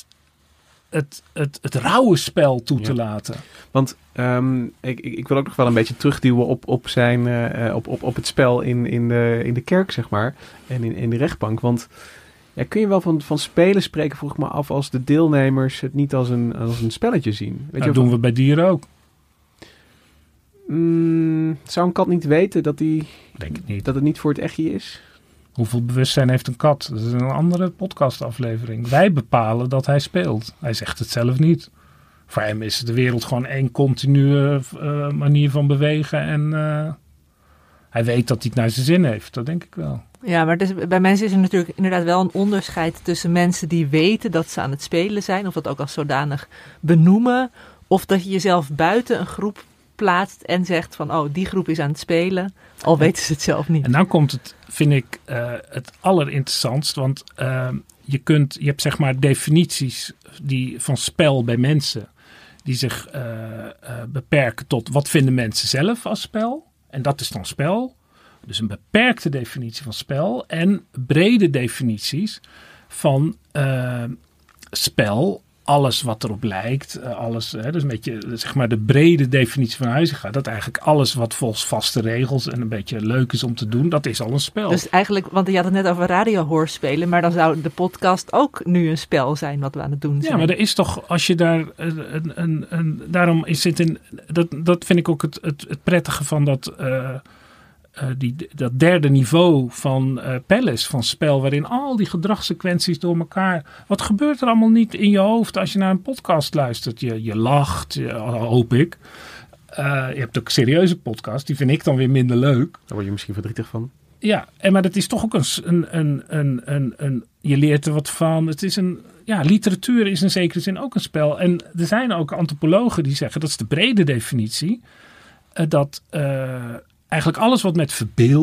het rauwe spel toe te laten. Want ik wil ook nog wel een beetje terugduwen op het spel in de kerk, zeg maar. En in de rechtbank. Want kun je wel van spelen spreken, vroeg ik me af, als de deelnemers het niet als een spelletje zien? Dat doen we bij dieren ook. Zou een kat niet weten dat Denk het niet. Dat het niet voor het echtje is? Hoeveel bewustzijn heeft een kat? Dat is een andere podcastaflevering. Wij bepalen dat hij speelt. Hij zegt het zelf niet. Voor hem is de wereld gewoon één continue manier van bewegen. En hij weet dat hij het naar zijn zin heeft. Dat denk ik wel. Ja, maar bij mensen is er natuurlijk inderdaad wel een onderscheid tussen mensen die weten dat ze aan het spelen zijn. Of dat ook als zodanig benoemen. Of dat je jezelf buiten een groep plaatst en zegt van, die groep is aan het spelen. Al weten ze het zelf niet. En nou komt het, vind ik, het allerinteressantst. Want je hebt zeg maar definities van spel bij mensen. Die zich beperken tot wat vinden mensen zelf als spel. En dat is dan spel. Dus een beperkte definitie van spel. En brede definities van spel. Alles wat erop lijkt, dus een beetje zeg maar de brede definitie van Huizinga. Dat eigenlijk alles wat volgens vaste regels en een beetje leuk is om te doen, dat is al een spel. Dus eigenlijk, want je had het net over radiohoorspelen, maar dan zou de podcast ook nu een spel zijn wat we aan het doen zijn. Ja, maar er is toch, als je daar, daarom is het dat vind ik ook het prettige van dat derde niveau van Palace, van spel, waarin al die gedragssequenties door elkaar... Wat gebeurt er allemaal niet in je hoofd als je naar een podcast luistert? Je lacht, hoop ik. Je hebt ook serieuze podcasts, die vind ik dan weer minder leuk. Daar word je misschien verdrietig van. Ja, maar dat is toch ook je leert er wat van. Het is literatuur is in zekere zin ook een spel. En er zijn ook antropologen die zeggen, dat is de brede definitie, dat eigenlijk alles wat met verbeelding,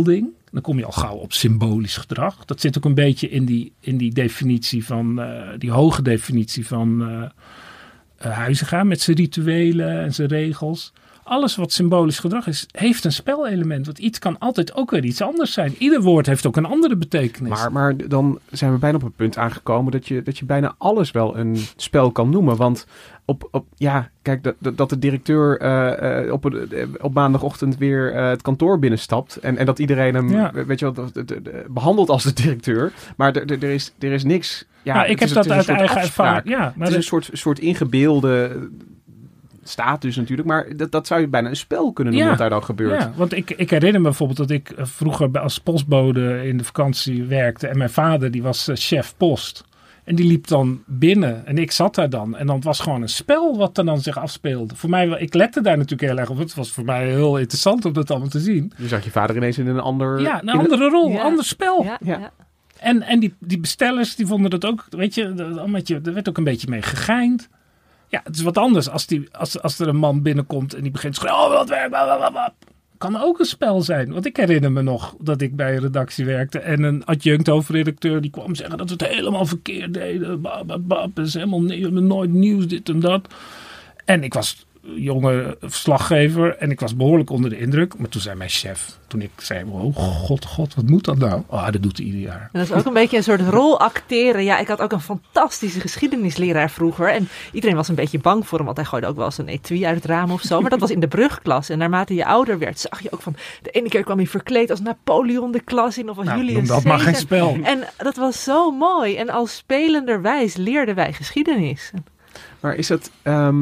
Dan kom je al gauw op symbolisch gedrag. Dat zit ook een beetje in die definitie van, die hoge definitie van Huizinga met zijn rituelen en zijn regels. Alles wat symbolisch gedrag is, heeft een spelelement. Want iets kan altijd ook weer iets anders zijn. Ieder woord heeft ook een andere betekenis. Maar dan zijn we bijna op het punt aangekomen dat je bijna alles wel een spel kan noemen. Want kijk, dat de directeur op maandagochtend weer het kantoor binnenstapt. En dat iedereen hem, weet je wel, behandelt als de directeur. Maar er is niks. Ja, ik heb dat uit eigen ervaring. Ja, maar het is een soort ingebeelde status natuurlijk, maar dat zou je bijna een spel kunnen noemen wat daar dan gebeurt. Ja, want ik herinner me bijvoorbeeld dat ik vroeger als postbode in de vakantie werkte en mijn vader die was chef post. En die liep dan binnen en ik zat daar dan. En dan was gewoon een spel wat er dan zich afspeelde. Voor mij, ik lette daar natuurlijk heel erg op. Het was voor mij heel interessant om dat allemaal te zien. Je zag je vader ineens in een ander... Ja, een andere rol, een ander spel. Ja. En die bestellers, die vonden dat ook, weet je, er werd ook een beetje mee gegeind. Ja, het is wat anders als er een man binnenkomt en die begint te schreeuwen. Oh, wat werk, blablabla. Kan ook een spel zijn. Want ik herinner me nog dat ik bij een redactie werkte en een adjunct hoofdredacteur die kwam zeggen dat we het helemaal verkeerd deden. Het is helemaal nooit nieuws, dit en dat. En ik was jonge verslaggever en ik was behoorlijk onder de indruk. Maar toen zei mijn chef, toen ik zei, oh god, wat moet dat nou? Dat doet hij ieder jaar. En dat is ook een beetje een soort rol acteren. Ja, ik had ook een fantastische geschiedenisleraar vroeger. En iedereen was een beetje bang voor hem, want hij gooide ook wel eens een etui uit het raam of zo. Maar dat was in de brugklas. En naarmate je ouder werd, zag je ook van, de ene keer kwam hij verkleed als Napoleon de klas in of als Julius Caesar. Dat mag geen spel. En dat was zo mooi. En als spelenderwijs leerden wij geschiedenis. Maar is dat...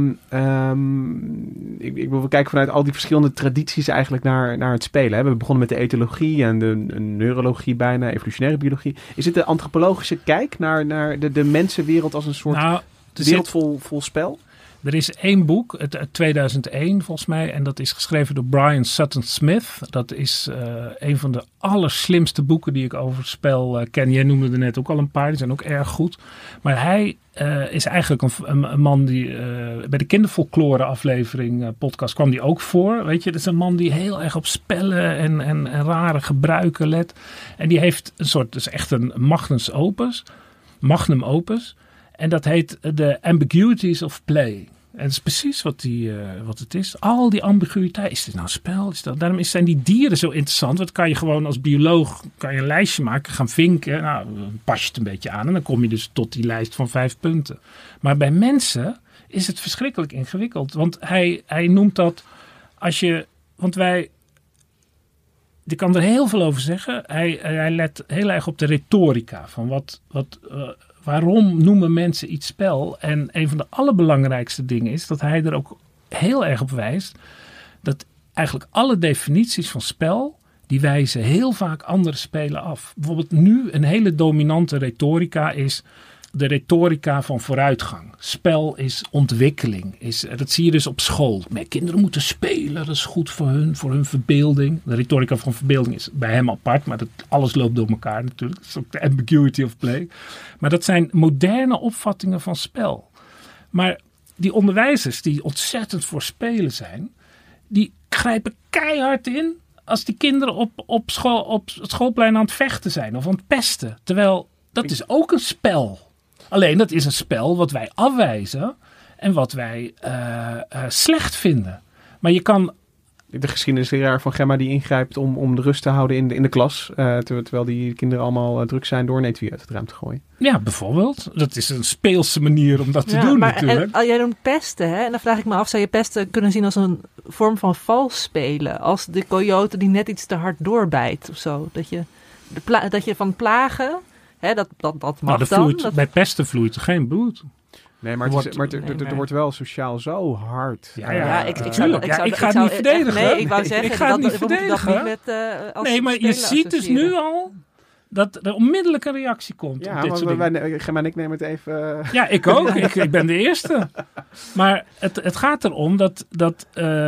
ik wil kijken vanuit al die verschillende tradities eigenlijk naar het spelen. Hè? We begonnen met de etologie en de neurologie bijna, evolutionaire biologie. Is het de antropologische kijk naar de mensenwereld als een soort wereld vol spel? Er is één boek, uit 2001 volgens mij, en dat is geschreven door Brian Sutton Smith. Dat is een van de allerslimste boeken die ik over het spel ken. Jij noemde er net ook al een paar, die zijn ook erg goed. Maar hij is eigenlijk een man die bij de kinderfolklore aflevering podcast kwam die ook voor. Weet je, dat is een man die heel erg op spellen en rare gebruiken let. En die heeft een soort, dus echt een magnum opus. En dat heet The Ambiguities of Play. En dat is precies wat het is. Al die ambiguïteit. Is dit nou een spel? Daarom zijn die dieren zo interessant. Want kan je gewoon als bioloog een lijstje maken. Gaan vinken. Nou, dan pas je het een beetje aan. En dan kom je dus tot die lijst van 5 punten. Maar bij mensen is het verschrikkelijk ingewikkeld. Want hij noemt dat ik kan er heel veel over zeggen. Hij let heel erg op de retorica. Van waarom noemen mensen iets spel? En een van de allerbelangrijkste dingen is dat hij er ook heel erg op wijst dat eigenlijk alle definities van spel, die wijzen heel vaak andere spelen af. Bijvoorbeeld nu een hele dominante retorica is de retorica van vooruitgang. Spel is ontwikkeling. Dat zie je dus op school. Kinderen moeten spelen, dat is goed voor hun verbeelding. De retorica van verbeelding is bij hem apart, maar alles loopt door elkaar natuurlijk. Dat is ook de ambiguity of play. Maar dat zijn moderne opvattingen van spel. Maar die onderwijzers die ontzettend voor spelen zijn, die grijpen keihard in als die kinderen op het schoolplein aan het vechten zijn of aan het pesten. Terwijl dat is ook een spel. Alleen dat is een spel wat wij afwijzen en wat wij slecht vinden. Maar je kan... De geschiedenisleraar van Gemma die ingrijpt om de rust te houden in de klas. Terwijl die kinderen allemaal druk zijn door een etui uit het raam te gooien. Ja, bijvoorbeeld. Dat is een speelse manier om dat te doen natuurlijk. En jij noemt pesten, hè? En dan vraag ik me af, zou je pesten kunnen zien als een vorm van vals spelen? Als de coyote die net iets te hard doorbijt of zo. Dat je van plagen... Hè, dat mag dan. Bij pesten vloeit er geen bloed. Nee, maar er wordt wel sociaal zo hard. Ik ga het niet verdedigen. Nee, ik wou zeggen, we moeten dat niet met nee, maar je ziet dus nu al dat er onmiddellijk een reacie komt. Ja, maar Gemma en ik nemen het even... Ja, ik ook. Ik ben de eerste. Maar het gaat erom dat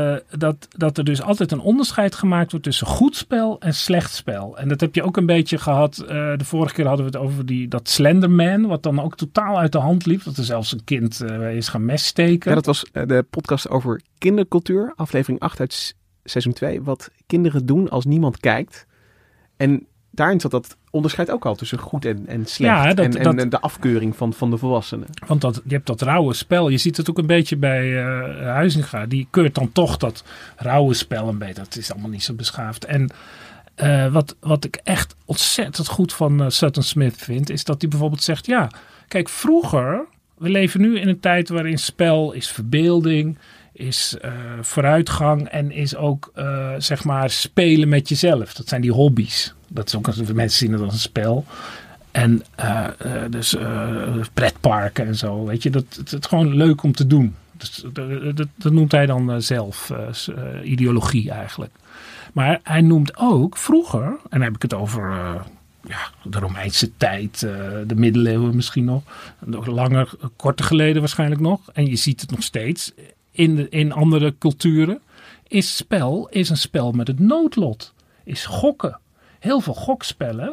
er dus altijd een onderscheid gemaakt wordt tussen goed spel en slecht spel. En dat heb je ook een beetje gehad. De vorige keer hadden we het over dat Slenderman, wat dan ook totaal uit de hand liep. Dat er zelfs een kind is gaan messteken. Ja, dat was de podcast over kindercultuur, aflevering 8 uit seizoen 2. Wat kinderen doen als niemand kijkt. En daarin zat dat onderscheid ook al tussen goed en slecht. Ja, en de afkeuring van de volwassenen. Want je hebt dat rauwe spel. Je ziet het ook een beetje bij Huizinga. Die keurt dan toch dat rauwe spel een beetje. Dat is allemaal niet zo beschaafd. En wat ik echt ontzettend goed van Sutton Smith vind, is dat hij bijvoorbeeld zegt, ja, kijk, vroeger, we leven nu in een tijd waarin spel is verbeelding, is vooruitgang en is ook, zeg maar, spelen met jezelf. Dat zijn die hobby's. Dat is ook, mensen zien het als een spel. En dus pretparken en zo, weet je, het is gewoon leuk om te doen. Dus, dat noemt hij dan zelf ideologie eigenlijk. Maar hij noemt ook vroeger, en dan heb ik het over de Romeinse tijd, de middeleeuwen misschien nog, langer, korter geleden waarschijnlijk nog. En je ziet het nog steeds in andere culturen. Spel is een spel met het noodlot. Is gokken. Heel veel gokspellen,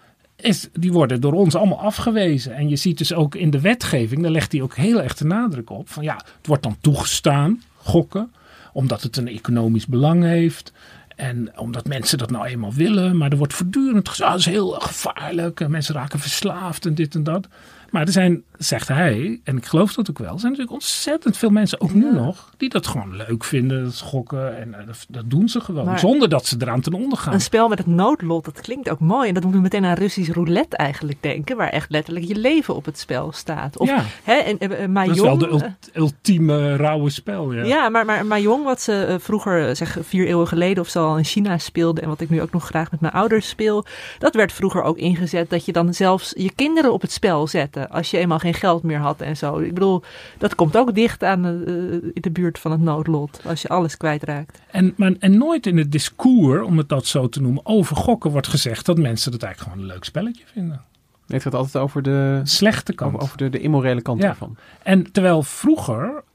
die worden door ons allemaal afgewezen. En je ziet dus ook in de wetgeving, daar legt hij ook heel erg de nadruk op. Van ja, het wordt dan toegestaan, gokken, omdat het een economisch belang heeft. En omdat mensen dat nou eenmaal willen. Maar er wordt voortdurend gezegd, dat is heel gevaarlijk. En mensen raken verslaafd en dit en dat. Maar er zijn, zegt hij, en ik geloof dat ook wel, er zijn natuurlijk ontzettend veel mensen, ook nu nog, die dat gewoon leuk vinden, dat schokken. En dat doen ze gewoon, maar zonder dat ze eraan ten onder gaan. Een spel met het noodlot, dat klinkt ook mooi. En dat doet me meteen aan Russisch roulette eigenlijk denken, waar echt letterlijk je leven op het spel staat. Of, ja, Mahjong, dat is wel de ultieme rauwe spel. Ja, ja, maar Mahjong, wat ze vroeger, 4 eeuwen geleden of zo al in China speelde, en wat ik nu ook nog graag met mijn ouders speel, dat werd vroeger ook ingezet dat je dan zelfs je kinderen op het spel zette. Als je eenmaal geen geld meer had en zo. Ik bedoel, dat komt ook dicht aan in de buurt van het noodlot. Als je alles kwijtraakt. En nooit in het discours, om het dat zo te noemen, over gokken wordt gezegd dat mensen dat eigenlijk gewoon een leuk spelletje vinden. Het gaat altijd over de slechte kant. Over de immorele kant ervan. En terwijl vroeger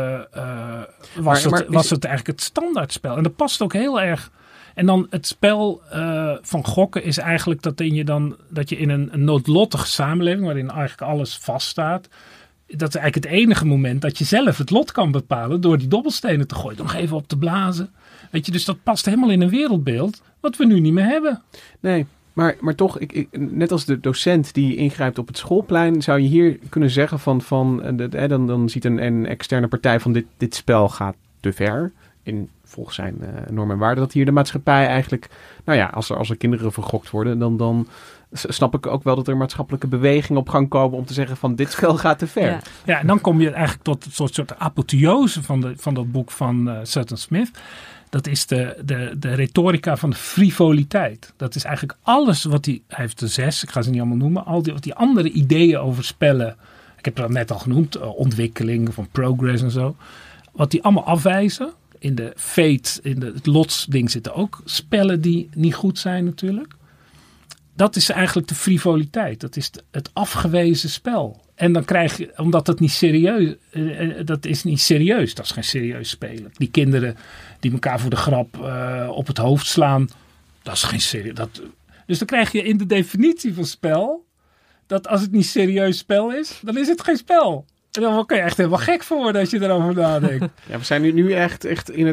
was het eigenlijk het standaardspel. En dat past ook heel erg. En dan het spel van gokken is eigenlijk dat je in een noodlottige samenleving, waarin eigenlijk alles vaststaat, dat is eigenlijk het enige moment dat je zelf het lot kan bepalen door die dobbelstenen te gooien, nog even op te blazen. Weet je, dus dat past helemaal in een wereldbeeld wat we nu niet meer hebben. Nee, maar toch, net als de docent die ingrijpt op het schoolplein, zou je hier kunnen zeggen dan ziet een externe partij van dit spel gaat te ver volgens zijn normen en waarden, dat hier de maatschappij eigenlijk, nou ja, als er kinderen vergokt worden, dan snap ik ook wel dat er maatschappelijke bewegingen op gang komen om te zeggen van dit spel gaat te ver. Ja, en dan kom je eigenlijk tot een soort apotheose van dat boek van Sutton Smith. Dat is de retorica van de frivoliteit. Dat is eigenlijk alles wat hij heeft er 6, ik ga ze niet allemaal noemen, wat die andere ideeën over spellen, ik heb dat net al genoemd, ontwikkeling van progress en zo, wat die allemaal afwijzen. In de fate, het lotsding zitten ook spellen die niet goed zijn natuurlijk. Dat is eigenlijk de frivoliteit. Dat is het afgewezen spel. En dan krijg je, omdat het niet serieus, dat is niet serieus. Dat is geen serieus spelen. Die kinderen die elkaar voor de grap op het hoofd slaan, dat is geen serieus. Dus dan krijg je in de definitie van spel, dat als het niet serieus spel is, dan is het geen spel. En dan kan je echt helemaal gek voor worden als je erover nadenkt. Ja, we zijn nu echt in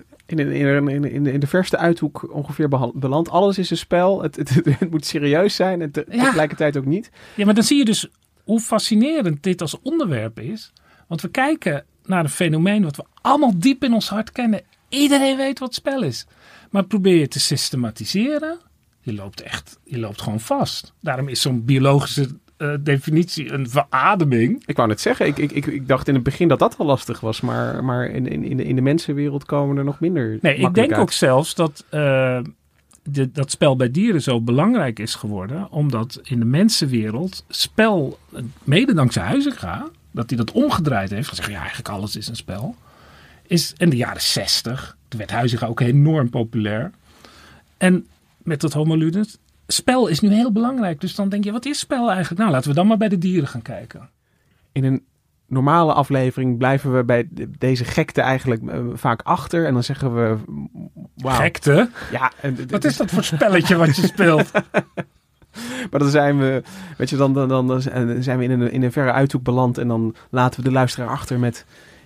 de verste uithoek ongeveer beland. Alles is een spel. Het moet serieus zijn en tegelijkertijd ook niet. Ja, maar dan zie je dus hoe fascinerend dit als onderwerp is. Want we kijken naar een fenomeen wat we allemaal diep in ons hart kennen. Iedereen weet wat spel is. Maar probeer je te systematiseren, je loopt gewoon vast. Daarom is zo'n biologische definitie een verademing. Ik wou net zeggen, ik dacht in het begin dat al lastig was, maar in de mensenwereld komen er nog minder. Nee, ik denk ook zelfs dat dat spel bij dieren zo belangrijk is geworden, omdat in de mensenwereld spel, mede dankzij Huizinga, dat hij dat omgedraaid heeft, gezegd, ja, eigenlijk alles is een spel, is in de jaren 60, toen werd Huizinga ook enorm populair. En met dat Homo ludens, spel is nu heel belangrijk. Dus dan denk je, wat is spel eigenlijk? Nou, laten we dan maar bij de dieren gaan kijken. In een normale aflevering blijven we bij deze gekte eigenlijk vaak achter. En dan zeggen we, wauw. Gekte? Ja. Wat is dat voor spelletje wat je speelt? Maar dan zijn we, weet je, dan zijn we in een verre uithoek beland. En dan laten we de luisteraar achter met,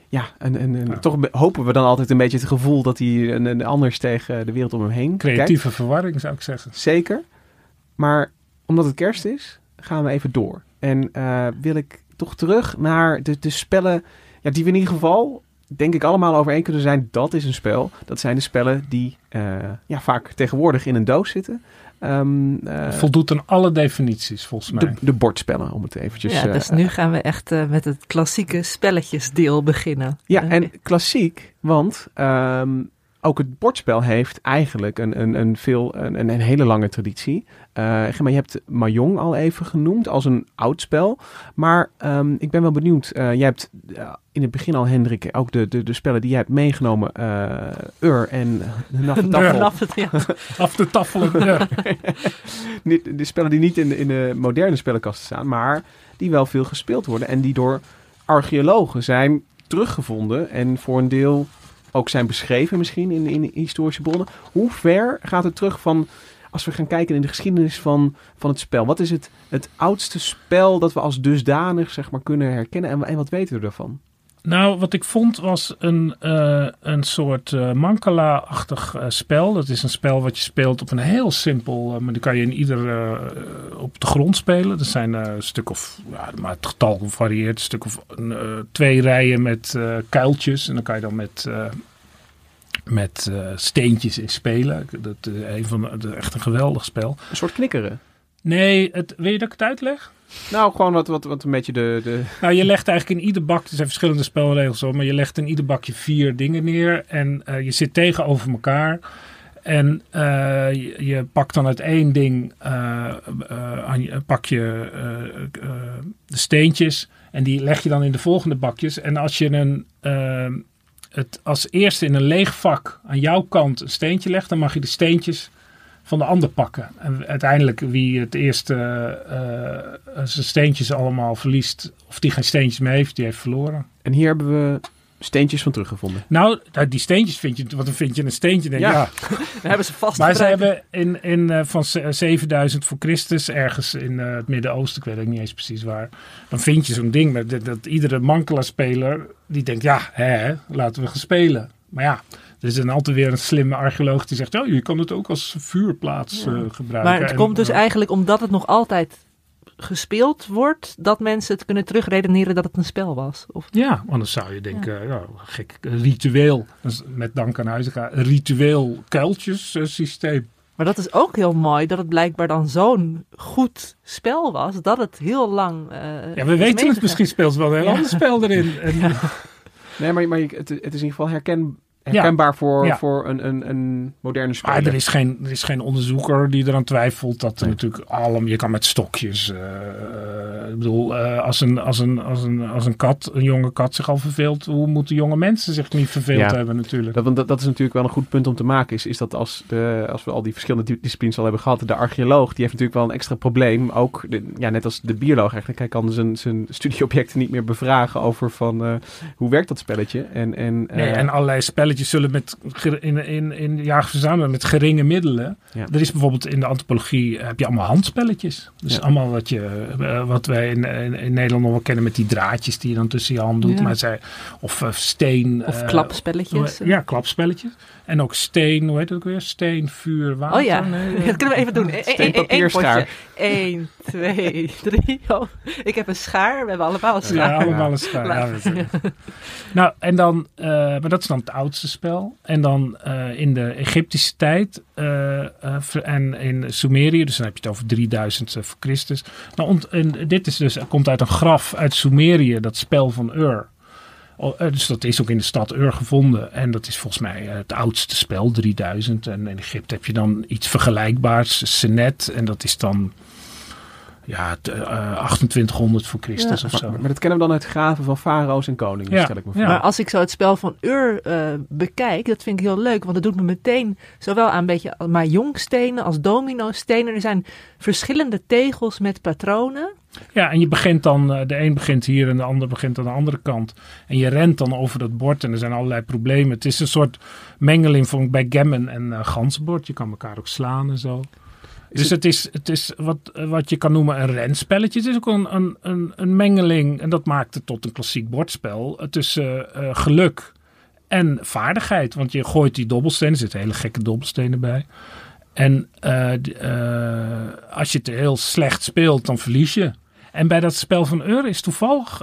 Toch hopen we dan altijd een beetje het gevoel dat hij een anders tegen de wereld om hem heen Creatieve kijkt. verwarring zou ik zeggen. Zeker. Maar omdat het kerst is, gaan we even door. En wil ik toch terug naar de spellen die we in ieder geval, denk ik, allemaal overeen kunnen zijn. Dat is een spel. Dat zijn de spellen die vaak tegenwoordig in een doos zitten. Voldoet aan alle definities, volgens mij. De bordspellen, om het eventjes... dus nu gaan we echt met het klassieke spelletjesdeel beginnen. Ja, en klassiek, want ook het bordspel heeft eigenlijk een hele lange traditie. Je hebt Mahjong al even genoemd als een oud spel. Maar ik ben wel benieuwd. Jij hebt in het begin al, Hendrik, ook de spellen die jij hebt meegenomen. En Af de tafel. Ja. De spellen die niet in de moderne spellenkasten staan, maar die wel veel gespeeld worden. En die door archeologen zijn teruggevonden en voor een deel ook zijn beschreven misschien in historische bronnen. Hoe ver gaat het terug van, als we gaan kijken in de geschiedenis van het spel? Wat is het oudste spel dat we als dusdanig, zeg maar, kunnen herkennen? En wat weten we daarvan? Nou, wat ik vond was een soort Mancala-achtig spel. Dat is een spel wat je speelt op een heel simpel... maar die kan je in op de grond spelen. Er zijn een stuk of... Ja, maar het getal varieert. Een stuk of 2 rijen met kuiltjes. En dan kan je dan met steentjes in spelen. Dat is echt een geweldig spel. Een soort knikkeren? Nee, wil je dat ik het uitleg? Nou, gewoon wat een beetje de... Nou, je legt eigenlijk in ieder bak, er zijn verschillende spelregels hoor, maar je legt in ieder bakje 4 dingen neer en je zit tegenover elkaar. En je pakt dan uit 1 ding, pak je de steentjes en die leg je dan in de volgende bakjes. En als je het als eerste in een leeg vak aan jouw kant een steentje legt, dan mag je de steentjes van de ander pakken. En uiteindelijk wie het eerste zijn steentjes allemaal verliest, of die geen steentjes meer heeft, die heeft verloren. En hier hebben we steentjes van teruggevonden. Nou, die steentjes vind je, want dan vind je een steentje. Denk, ja. We hebben ze vast. Maar ze hebben in van 7000 voor Christus, ergens in het Midden-Oosten, ik weet niet eens precies waar, dan vind je zo'n ding met dat iedere Mancala-speler die denkt, laten we gaan spelen. Maar ja, er is dan altijd weer een slimme archeoloog die zegt, je kan het ook als vuurplaats gebruiken. Maar het komt dus eigenlijk omdat het nog altijd gespeeld wordt, dat mensen het kunnen terugredeneren dat het een spel was. Of... Ja, anders zou je denken, gek ritueel, met dank aan Huizinga, een ritueel kuiltjessysteem. Maar dat is ook heel mooi, dat het blijkbaar dan zo'n goed spel was, dat het heel lang we weten het, misschien speelt wel een heel ander spel erin. En, Nee, maar het is in ieder geval herkenbaar voor een moderne speler. Maar er is geen onderzoeker die eraan twijfelt dat er natuurlijk je kan met stokjes. Ik bedoel, als een jonge kat zich al verveelt, hoe moeten jonge mensen zich niet verveeld hebben natuurlijk? Dat is natuurlijk wel een goed punt om te maken. Is dat als we al die verschillende disciplines al hebben gehad, de archeoloog, die heeft natuurlijk wel een extra probleem. Ook, net als de bioloog eigenlijk. Hij kan zijn studieobjecten niet meer bevragen over van hoe werkt dat spelletje. En allerlei spelletjes zullen in jagersverzamelen met geringe middelen. Ja. Er is bijvoorbeeld in de antropologie heb je allemaal handspelletjes. Dus allemaal wat wij in Nederland nog wel kennen met die draadjes die je dan tussen je hand doet. Ja. Maar of steen. Of klapspelletjes. Klapspelletjes. En ook steen, hoe heet het ook weer? Steen, vuur, water. Oh ja, dat kunnen we even doen. Steen, papier, schaar. 1, 2, 3. Oh, ik heb een schaar, we hebben allemaal een schaar. Ja, allemaal een schaar. Nou, en dan, maar dat is dan het oudste spel. En dan in de Egyptische tijd en in Sumerië, dus dan heb je het over 3000 voor Christus. Nou, dit is dus, komt uit een graf uit Sumerië, dat spel van Ur. Dus dat is ook in de stad Ur gevonden. En dat is volgens mij het oudste spel, 3000. En in Egypte heb je dan iets vergelijkbaars, Senet. En dat is dan 2800 voor Christus of zo. Maar dat kennen we dan uit graven van farao's en koningen, stel ik me voor. Maar als ik zo het spel van Ur bekijk, dat vind ik heel leuk. Want dat doet me meteen zowel aan een beetje Mahjong-stenen als domino-stenen. Er zijn verschillende tegels met patronen. Ja, en je begint dan, de een begint hier en de ander begint aan de andere kant. En je rent dan over dat bord en er zijn allerlei problemen. Het is een soort mengeling van backgammon en ganzenbord. Je kan elkaar ook slaan en zo. Dus het is wat je kan noemen een renspelletje. Het is ook een mengeling, en dat maakt het tot een klassiek bordspel, tussen geluk en vaardigheid. Want je gooit die dobbelstenen, er zitten hele gekke dobbelstenen bij. En als je het heel slecht speelt, dan verlies je. En bij dat spel van Ur is toevallig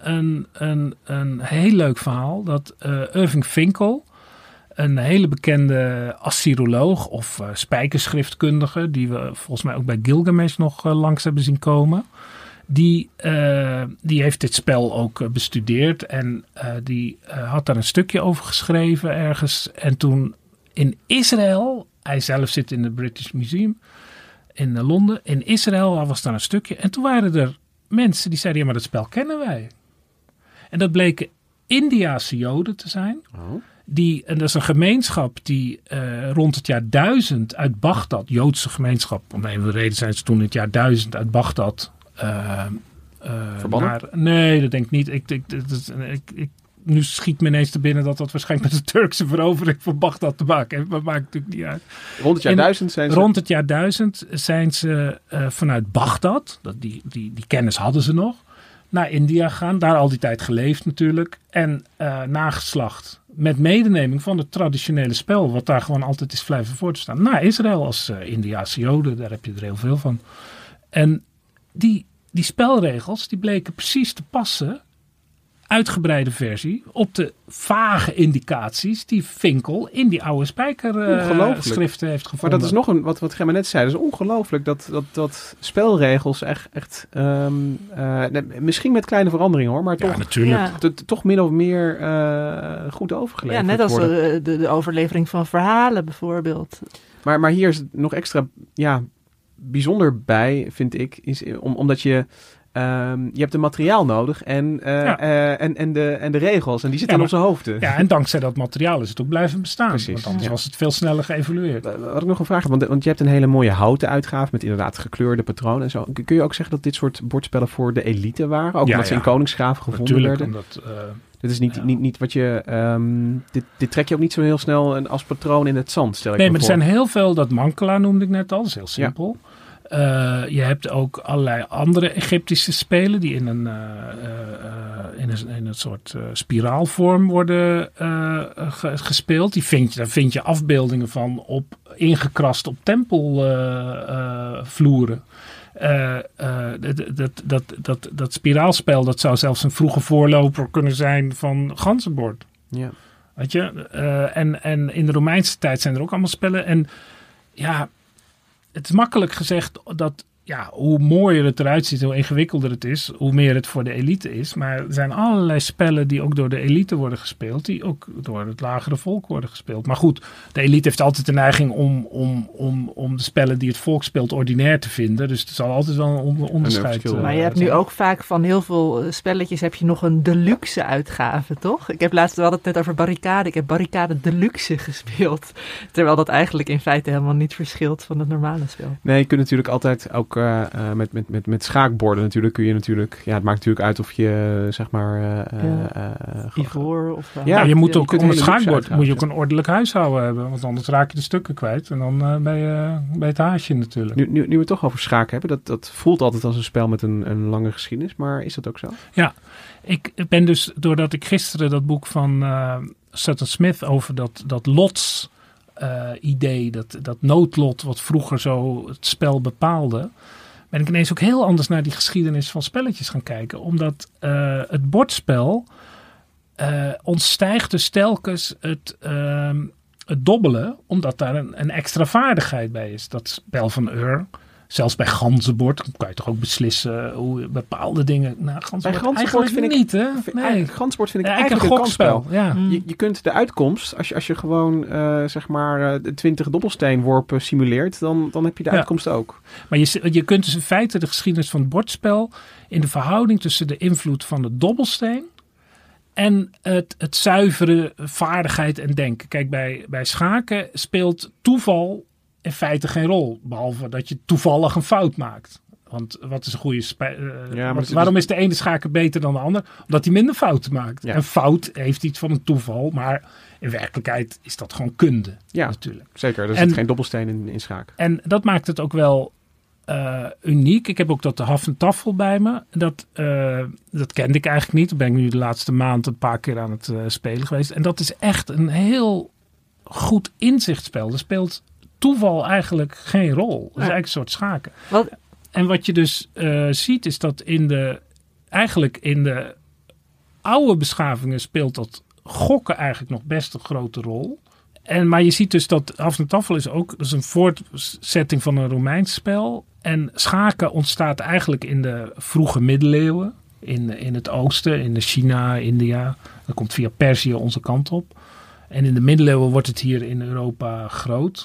een heel leuk verhaal. Dat Irving Finkel, een hele bekende assyroloog of spijkerschriftkundige, die we volgens mij ook bij Gilgamesh nog langs hebben zien komen. Die heeft dit spel ook bestudeerd en die had daar een stukje over geschreven ergens. En toen in Israël, hij zelf zit in het British Museum in Londen. In Israël was daar een stukje. En toen waren er mensen die zeiden, ja, maar dat spel kennen wij. En dat bleken Indiase Joden te zijn. Oh. En dat is een gemeenschap die rond het jaar 1000 uit Bagdad, Joodse gemeenschap, om een of andere reden zijn ze toen in het jaar 1000 uit Bagdad verbannen? Nee, dat denk ik niet. Nu schiet me ineens te binnen dat waarschijnlijk met de Turkse verovering van Bagdad te maken heeft. Maar dat maakt natuurlijk niet uit. Rond het jaar 1000 zijn ze... Rond het jaar 1000 zijn ze vanuit Bagdad, die kennis hadden ze nog, naar India gegaan. Daar al die tijd geleefd natuurlijk. En nageslacht met medeneming van het traditionele spel, wat daar gewoon altijd is blijven voor te staan. Naar Israël als Indiase Joden, daar heb je er heel veel van. En die spelregels, die bleken precies te passen, uitgebreide versie, op de vage indicaties die Finkel in die oude spijkerschriften heeft gevonden. Maar dat is nog wat Gemma net zei, dat is ongelooflijk dat spelregels echt misschien met kleine veranderingen hoor, maar toch, natuurlijk. Toch min of meer goed overgeleverd net als worden. de overlevering van verhalen bijvoorbeeld. Maar hier is het nog extra bijzonder bij, vind ik, omdat je hebt een materiaal nodig en de regels. En die zitten aan onze hoofden. Ja, en dankzij dat materiaal is het ook blijven bestaan. Precies, want anders was het veel sneller geëvolueerd. Wat ik nog een vraag heb, want je hebt een hele mooie houten uitgave met inderdaad gekleurde patronen en zo. Kun je ook zeggen dat dit soort bordspellen voor de elite waren? Ook omdat ze in Koningsgraven gevonden werden? Dit is niet wat je... Dit trek je ook niet zo heel snel als patroon in het zand, stel ik me voor. Nee, maar er zijn heel veel, dat Mancala noemde ik net al, dat is heel simpel. Ja. Je hebt ook allerlei andere Egyptische spelen die in een soort spiraalvorm worden gespeeld. Daar vind je afbeeldingen van ingekrast op tempelvloeren. Dat spiraalspel, dat zou zelfs een vroege voorloper kunnen zijn van ganzenbord. Ja. Weet je? En in de Romeinse tijd zijn er ook allemaal spellen. En ja, het is makkelijk gezegd dat hoe mooier het eruit ziet, hoe ingewikkelder het is, hoe meer het voor de elite is. Maar er zijn allerlei spellen die ook door de elite worden gespeeld, die ook door het lagere volk worden gespeeld. Maar goed, de elite heeft altijd de neiging om de spellen die het volk speelt ordinair te vinden. Dus er zal altijd wel een onderscheid Maar je hebt nu ook vaak van heel veel spelletjes heb je nog een deluxe uitgave, toch? We hadden het net over Barricade. Ik heb Barricade Deluxe gespeeld. Terwijl dat eigenlijk in feite helemaal niet verschilt van het normale spel. Nee, je kunt natuurlijk altijd ook met schaakborden natuurlijk kun je natuurlijk... Ja, het maakt natuurlijk uit of je zeg maar... Ivoor of... je moet ook om het schaakbord moet je ook een ordelijk huishouden hebben. Want anders raak je de stukken kwijt. En dan bij het haasje natuurlijk. Nu we het toch over schaken hebben. Dat voelt altijd als een spel met een lange geschiedenis. Maar is dat ook zo? Ja, ik ben dus... Doordat ik gisteren dat boek van Sutton Smith over dat lots... idee, dat noodlot wat vroeger zo het spel bepaalde, ben ik ineens ook heel anders naar die geschiedenis van spelletjes gaan kijken. Omdat het bordspel ontstijgt dus telkens het dobbelen, omdat daar een extra vaardigheid bij is. Dat spel van Ur, zelfs bij ganzenbord kan je toch ook beslissen hoe bepaalde dingen... Nou, ganzenbord vind ik niet, hè? Nee. Ganzenbord vind ik eigenlijk een gokspel. Ja. Je kunt de uitkomst, als je gewoon zeg maar 20 dobbelsteenworpen simuleert, dan heb je de uitkomst ook. Maar je kunt dus in feite de geschiedenis van het bordspel in de verhouding tussen de invloed van de dobbelsteen en het zuivere vaardigheid en denken. Kijk, bij schaken speelt toeval in feite geen rol. Behalve dat je toevallig een fout maakt. Want wat is een goede waarom is de ene schaker beter dan de ander? Omdat hij minder fouten maakt. Ja. En fout heeft iets van een toeval, maar in werkelijkheid is dat gewoon kunde. Ja, natuurlijk. Zeker. Er zit geen dobbelsteen in schaken. En dat maakt het ook wel uniek. Ik heb ook dat de Haf en Tafel bij me. Dat kende ik eigenlijk niet. Daar ben ik nu de laatste maand een paar keer aan het spelen geweest. En dat is echt een heel goed inzichtspel. Er speelt toeval eigenlijk geen rol. Dat is eigenlijk een soort schaken. En wat je dus ziet is dat in de oude beschavingen speelt dat gokken eigenlijk nog best een grote rol. Maar je ziet dus dat Haf en Tafel is een voortzetting van een Romeins spel. En schaken ontstaat eigenlijk in de vroege middeleeuwen. In het oosten, in China, India. Dat komt via Perzië onze kant op. En in de middeleeuwen wordt het hier in Europa groot.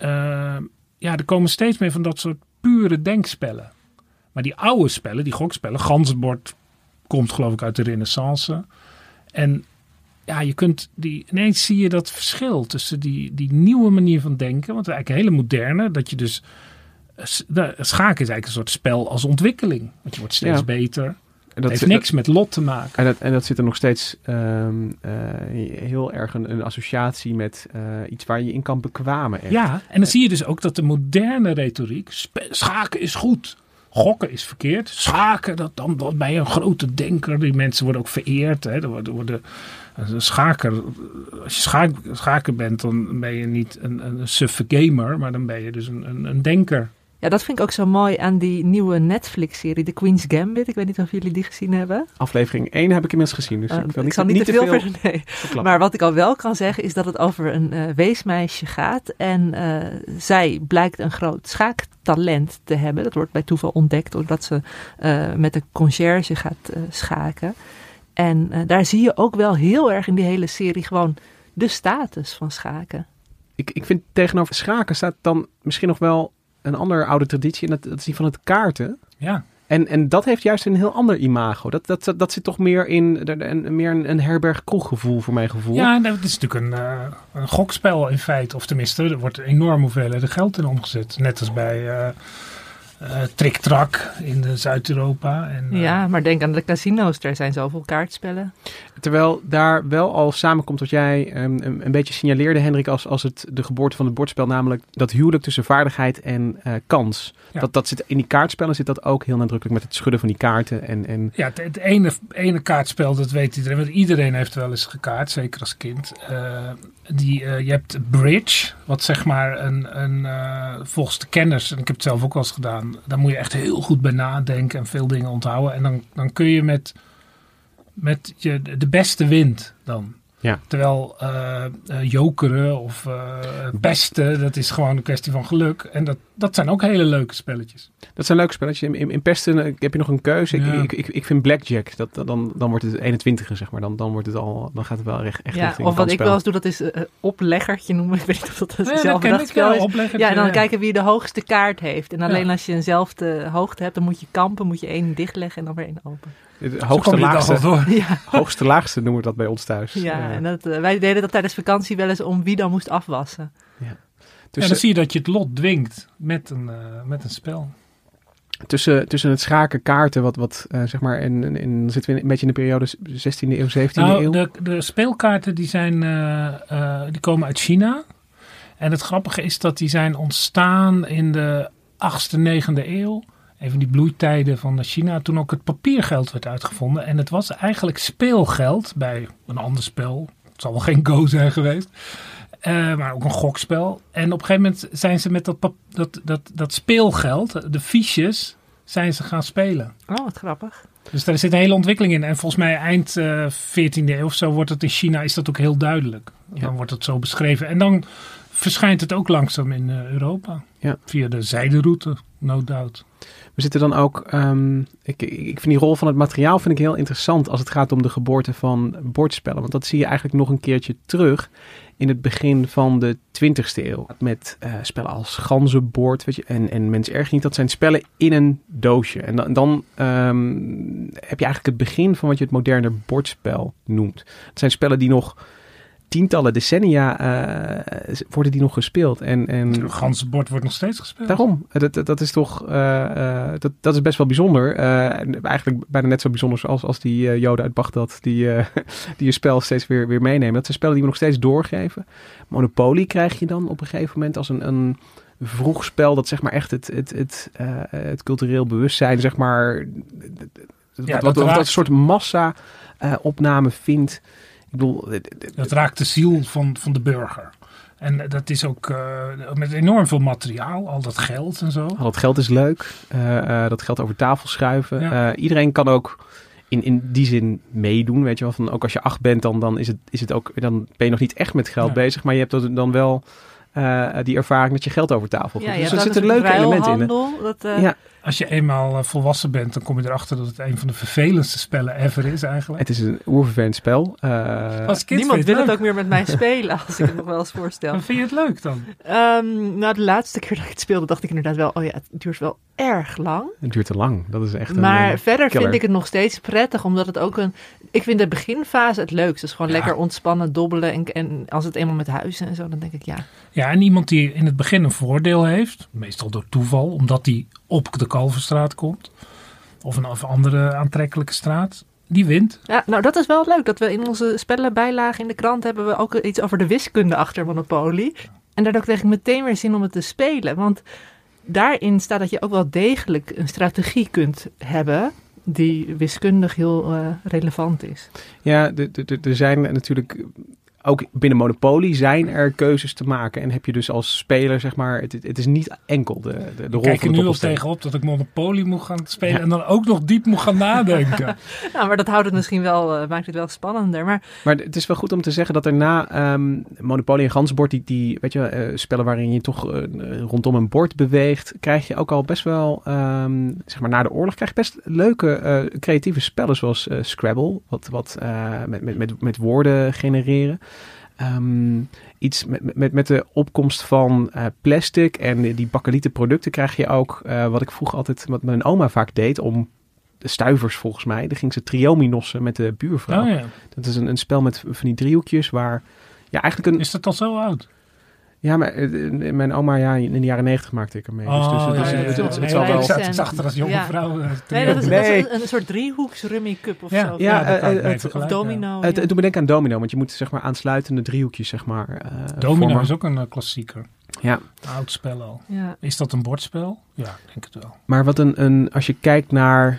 Er komen steeds meer van dat soort pure denkspellen. Maar die oude spellen, die gokspellen, Ganzenbord komt geloof ik uit de Renaissance. En je kunt ineens zie je dat verschil tussen die nieuwe manier van denken. Want eigenlijk een hele moderne, dat je dus schaken is eigenlijk een soort spel als ontwikkeling. Want je wordt steeds beter. Het heeft niks met lot te maken. En dat zit er nog steeds heel erg een associatie met iets waar je in kan bekwamen. Echt. Ja, en dan zie je dus ook dat de moderne retoriek, schaken is goed, gokken is verkeerd. Schaken, dan ben je een grote denker. Die mensen worden ook vereerd. Hè. Schaker, als je schaker bent, dan ben je niet een suffe gamer, maar dan ben je dus een denker. Ja, dat vind ik ook zo mooi aan die nieuwe Netflix-serie, The Queen's Gambit. Ik weet niet of jullie die gezien hebben. Aflevering 1 heb ik inmiddels gezien. Dus ik zal niet te veel verder. Nee. Maar wat ik al wel kan zeggen is dat het over een weesmeisje gaat. En zij blijkt een groot schaaktalent te hebben. Dat wordt bij toeval ontdekt doordat ze met de conciërge gaat schaken. En daar zie je ook wel heel erg in die hele serie gewoon de status van schaken. Ik vind tegenover schaken staat dan misschien nog wel een andere oude traditie. En dat is die van het kaarten. Ja. En dat heeft juist een heel ander imago. Dat zit toch meer in een herberg-kroeggevoel voor mijn gevoel. Ja, dat is natuurlijk een gokspel in feite. Of tenminste, er wordt enorm hoeveelheden geld in omgezet. Net als bij Trick-Trak in Zuid-Europa. Ja, maar denk aan de casino's. Er zijn zoveel kaartspellen. Terwijl daar wel al samenkomt wat jij een beetje signaleerde, Hendrik, als de geboorte van het bordspel. Namelijk dat huwelijk tussen vaardigheid en kans. Ja. Dat zit, in die kaartspellen zit dat ook heel nadrukkelijk met het schudden van die kaarten. Ja, het ene kaartspel, dat weet iedereen. Want iedereen heeft wel eens gekaart, zeker als kind. Je hebt bridge, wat zeg maar volgens de kenners, en ik heb het zelf ook wel eens gedaan, daar moet je echt heel goed bij nadenken en veel dingen onthouden. En dan kun je met de beste wint dan. Ja. Terwijl jokeren of pesten, dat is gewoon een kwestie van geluk. En dat zijn ook hele leuke spelletjes. Dat zijn leuke spelletjes. In pesten heb je nog een keuze. Ja. Ik vind blackjack, dan wordt het 21, zeg maar. Dan gaat het wel echt richting of wat ik wel eens doe, dat is opleggertje noemen. Ik weet niet of dat hetzelfde spel is. Ja, en dan kijken wie de hoogste kaart heeft. En alleen als je eenzelfde hoogte hebt, dan moet je kampen. Moet je één dichtleggen en dan weer één open. Het hoogste laagste noemen we dat bij ons thuis. Ja, en wij deden dat tijdens vakantie wel eens om wie dan moest afwassen. Ja. Dus dan zie je dat je het lot dwingt met een spel. Tussen het schaken, kaarten, wat zeg maar, en zitten we een beetje in de periode 16e eeuw, 17e eeuw? De speelkaarten die komen uit China. En het grappige is dat die zijn ontstaan in de 8e, 9e eeuw. Even die bloeitijden van China, toen ook het papiergeld werd uitgevonden. En het was eigenlijk speelgeld bij een ander spel. Het zal wel geen Go zijn geweest. Maar ook een gokspel. En op een gegeven moment zijn ze met dat speelgeld, de fiches, zijn ze gaan spelen. Oh, wat grappig. Dus daar zit een hele ontwikkeling in. En volgens mij eind 14e eeuw of zo wordt het in China, is dat ook heel duidelijk. Dan wordt het zo beschreven. En dan verschijnt het ook langzaam in Europa. Ja. Via de zijderoute, no doubt. We zitten dan ook, ik vind die rol van het materiaal heel interessant als het gaat om de geboorte van bordspellen. Want dat zie je eigenlijk nog een keertje terug in het begin van de 20e eeuw. Met spellen als Ganzenbord, weet je, en Mens erg niet. Dat zijn spellen in een doosje. En dan heb je eigenlijk het begin van wat je het moderne bordspel noemt. Het zijn spellen die nog tientallen decennia worden die nog gespeeld. En het ganzenbord wordt nog steeds gespeeld. Daarom. Dat is toch... dat is best wel bijzonder. Eigenlijk bijna net zo bijzonder als die Joden uit Bagdad... die je spel steeds weer meenemen. Dat zijn spellen die we nog steeds doorgeven. Monopoly krijg je dan op een gegeven moment als een vroeg spel... dat zeg maar echt het cultureel bewustzijn... zeg maar wat een soort massa opname vindt. Ik bedoel, dat raakt de ziel van de burger. En dat is ook met enorm veel materiaal. Al dat geld en zo. Al dat geld is leuk. Dat geld over tafel schuiven. Ja. Iedereen kan ook in die zin meedoen. Weet je wel, van ook als je 8 bent, dan is het ook. Dan ben je nog niet echt met geld bezig. Maar je hebt dan wel die ervaring dat je geld over tafel gooit. Dus er zitten leuke elementen in. Als je eenmaal volwassen bent, dan kom je erachter dat het een van de vervelendste spellen ever is eigenlijk. Het is een oervervelend spel. Niemand wil het ook meer met mij spelen, als ik het nog wel eens voorstel. Maar vind je het leuk dan? Nou, de laatste keer dat ik het speelde, dacht ik inderdaad wel, het duurt wel erg lang. Het duurt te lang, dat is echt Maar verder vind ik het nog steeds prettig, omdat het ook ik vind de beginfase het leukst. Dus gewoon lekker ontspannen, dobbelen en als het eenmaal met huizen en zo, dan denk ik ja. Ja, en iemand die in het begin een voordeel heeft, meestal door toeval, omdat hij op de Kalverstraat komt. Of een andere aantrekkelijke straat. Die wint. Ja, nou dat is wel leuk. Dat we in onze spellenbijlage in de krant hebben we ook iets over de wiskunde achter Monopoly. En daardoor kreeg ik meteen weer zin om het te spelen. Want daarin staat dat je ook wel degelijk een strategie kunt hebben die wiskundig heel relevant is. Ja, er zijn natuurlijk... Ook binnen Monopoly zijn er keuzes te maken. En heb je dus als speler, zeg maar... Het is niet enkel de rol van de Ik kijk er nu al tegenop dat ik Monopoly moet gaan spelen... en dan ook nog diep moet gaan nadenken. Nou, maar dat houdt het misschien wel... maakt het wel spannender. Maar het is wel goed om te zeggen dat er na Monopoly en ganzenbord... die weet je, spellen waarin je toch rondom een bord beweegt... krijg je ook al best wel... zeg maar na de oorlog krijg je best leuke creatieve spellen... zoals Scrabble, wat met woorden genereren... iets met de opkomst van plastic en die bakkelieten producten krijg je ook, wat ik vroeger altijd, wat mijn oma vaak deed, om de stuivers volgens mij, dan ging ze triominossen met de buurvrouw. Oh ja. Dat is een spel met van die driehoekjes waar, eigenlijk Is dat al zo oud? Ja, maar mijn oma, in de jaren 90 maakte ik ermee. Het zal wel... Ik zat achter als jonge vrouw. Dat is een soort driehoeks rummy cup of zo. Of domino. Het doet me denken aan domino, want je moet zeg maar aansluitende driehoekjes zeg maar domino vormen. Is ook een klassieker. Ja. Oud spel al. Ja. Is dat een bordspel? Ja, ik denk het wel. Maar wat als je kijkt naar...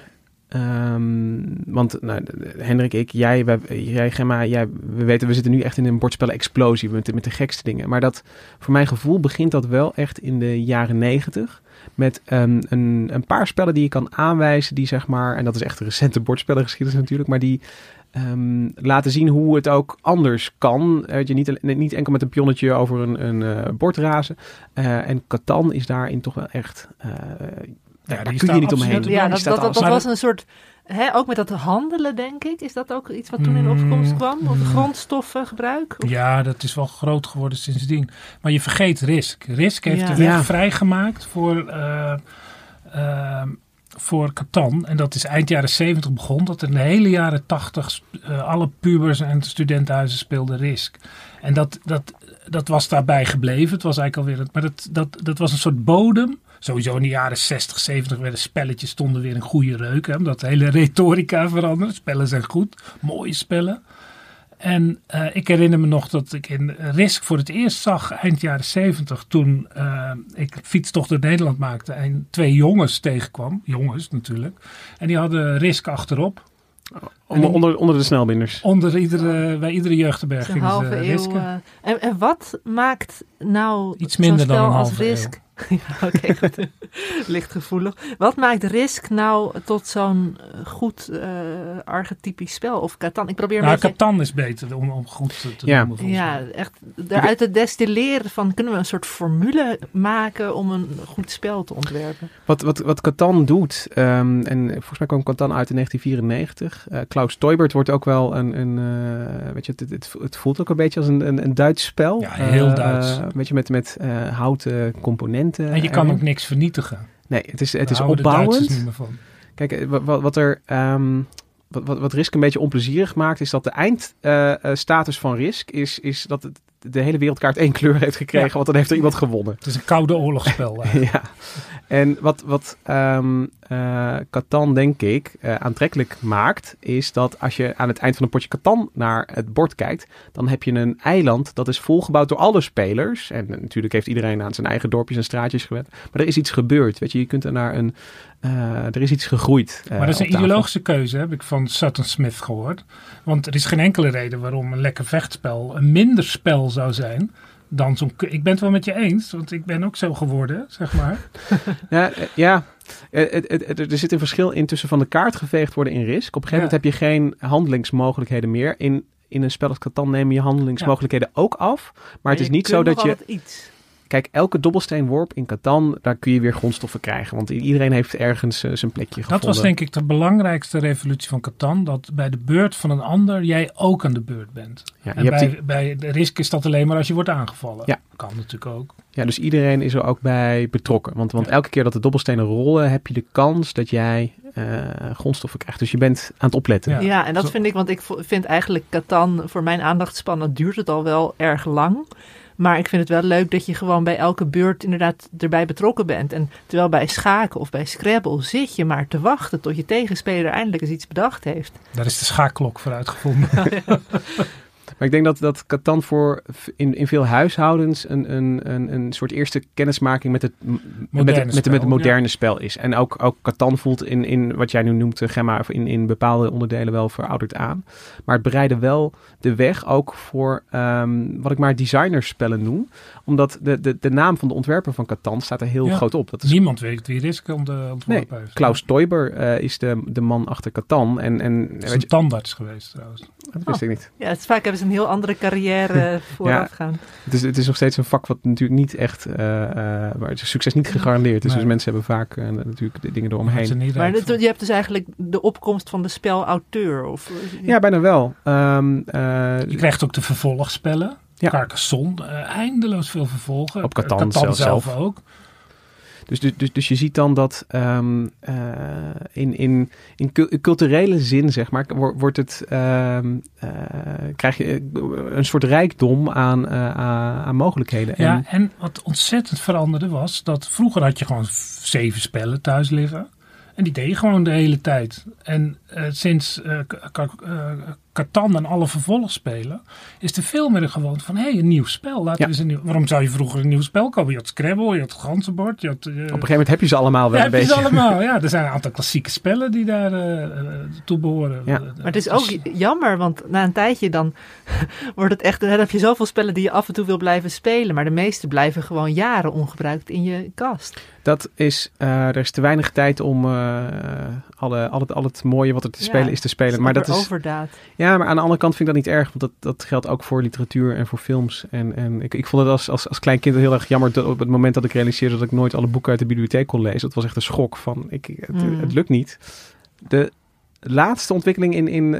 want Hendrik, jij, Gemma, we weten, we zitten nu echt in een bordspellen-explosie met de gekste dingen. Maar voor mijn gevoel begint dat wel echt in de jaren 90 met een paar spellen die je kan aanwijzen die zeg maar, en dat is echt een recente bordspellengeschiedenis natuurlijk, maar die laten zien hoe het ook anders kan. Je niet enkel met een pionnetje over een bord razen. En Catan is daarin toch wel echt... daar kun je niet omheen. Ja, dat was een soort... ook met dat handelen, denk ik. Is dat ook iets wat toen in opkomst kwam? Of grondstoffengebruik? Ja, dat is wel groot geworden sindsdien. Maar je vergeet Risk. Risk heeft de weg vrijgemaakt voor Catan. En dat is eind jaren 70 begonnen. Dat in de hele jaren 80 alle pubers en studentenhuizen speelden Risk. En dat was daarbij gebleven. Het was eigenlijk alweer... Maar dat was een soort bodem. Sowieso in de jaren 60, 70 werden spelletjes stonden weer in goede reuk. Hè, omdat de hele retorica veranderde. Spellen zijn goed. Mooie spellen. En ik herinner me nog dat ik in Risk voor het eerst zag eind jaren 70. Toen ik fietstocht door Nederland maakte en 2 jongens tegenkwam. Jongens natuurlijk. En die hadden Risk achterop. Onder de snelbinders. Bij iedere jeugdherberg gingen ze Risk. En wat maakt nou iets minder dan een halve Risk? Ja, oké, goed. Licht gevoelig. Wat maakt Risk nou tot zo'n goed archetypisch spel? Of Catan? Ik probeer Catan is beter om goed te noemen. Ja, echt. Daaruit te destilleren van, kunnen we een soort formule maken om een goed spel te ontwerpen? Wat Catan doet, en volgens mij kwam Catan uit in 1994. Klaus Teubert wordt ook wel weet je, het voelt ook een beetje als een Duits spel. Ja, heel Duits. Weet je, met houten componenten. En je kan ook niks vernietigen. Nee, het is opbouwend. Niet meer van. Kijk, wat Risk een beetje onplezierig maakt, is dat de eindstatus van Risk is dat de hele wereldkaart 1 kleur heeft gekregen, want dan heeft er iemand gewonnen. Het is een koude oorlogsspel. Ja. En wat Catan, denk ik, aantrekkelijk maakt, is dat als je aan het eind van een potje Catan naar het bord kijkt, dan heb je een eiland dat is volgebouwd door alle spelers. En natuurlijk heeft iedereen aan zijn eigen dorpjes en straatjes gewend. Maar er is iets gebeurd. Weet je kunt er naar er is iets gegroeid. Maar dat is een ideologische keuze, heb ik van Sutton Smith gehoord. Want er is geen enkele reden waarom een lekker vechtspel een minder spel zou zijn dan zo'n... Ik ben het wel met je eens, want ik ben ook zo geworden, zeg maar. Ja. Er zit een verschil in tussen van de kaart geveegd worden in Risk. Op een gegeven moment heb je geen handelingsmogelijkheden meer. In een spel als Catan nemen je handelingsmogelijkheden ook af. Maar het is niet zo dat je... Kijk, elke dobbelsteenworp in Catan, daar kun je weer grondstoffen krijgen. Want iedereen heeft ergens zijn plekje gevonden. Dat was denk ik de belangrijkste revolutie van Catan. Dat bij de beurt van een ander jij ook aan de beurt bent. Ja, en bij de Risk is dat alleen maar als je wordt aangevallen. Ja. Kan natuurlijk ook. Ja, dus iedereen is er ook bij betrokken. Want elke keer dat de dobbelstenen rollen, heb je de kans dat jij grondstoffen krijgt. Dus je bent aan het opletten. Ja, en dat vind ik, want ik vind eigenlijk Catan, voor mijn aandachtspannen duurt het al wel erg lang. Maar ik vind het wel leuk dat je gewoon bij elke beurt inderdaad erbij betrokken bent. En terwijl bij schaken of bij Scrabble zit je maar te wachten tot je tegenspeler eindelijk eens iets bedacht heeft. Daar is de schaakklok voor uitgevonden. Maar ik denk dat Catan voor in veel huishoudens een soort eerste kennismaking met het moderne spel is. En ook Catan voelt in wat jij nu noemt, Gemma, of in bepaalde onderdelen wel verouderd aan. Maar het bereidde wel de weg ook voor wat ik maar designerspellen noem. Omdat de naam van de ontwerper van Catan staat er heel groot op. Dat is, niemand weet wie Risk ontworpen heeft. Klaus Teuber is de man achter Catan. Het is een tandarts geweest trouwens. Dat wist ik niet. Ja, het is vaak hebben ze een heel andere carrière voorafgaan. Het is nog steeds een vak wat natuurlijk niet echt, waar het succes niet gegarandeerd is. Nee. Dus mensen hebben vaak natuurlijk de dingen eromheen. Maar je hebt dus eigenlijk de opkomst van de spelauteur? Of... Ja, bijna wel. Je krijgt ook de vervolgspellen. Ja. Carcassonne, eindeloos veel vervolgen. Op Catan zelf ook. Dus je ziet dan dat in culturele zin, zeg maar, wordt het, krijg je een soort rijkdom aan mogelijkheden. Ja, en wat ontzettend veranderde was, dat vroeger had je gewoon 7 spellen thuis liggen. En die deed je gewoon de hele tijd. En sinds Catan en alle vervolgspelen is er veel meer de gewoonte van een nieuw spel. Waarom zou je vroeger een nieuw spel kopen? Je had Scrabble, je had Ganzenbord. Op een gegeven moment heb je ze allemaal wel een beetje. Er zijn een aantal klassieke spellen die daar toe behoren. Ja. Maar het is ook jammer, want na een tijdje dan wordt het echt... Dan heb je zoveel spellen die je af en toe wil blijven spelen. Maar de meeste blijven gewoon jaren ongebruikt in je kast. Dat is, er is te weinig tijd om al het mooie wat er te spelen is te spelen. Maar dat is overdaad. Ja, maar aan de andere kant vind ik dat niet erg. Want dat geldt ook voor literatuur en voor films. En ik vond het als klein kind heel erg jammer op het moment dat ik realiseerde dat ik nooit alle boeken uit de bibliotheek kon lezen. Dat was echt een schok van, het lukt niet. De laatste ontwikkeling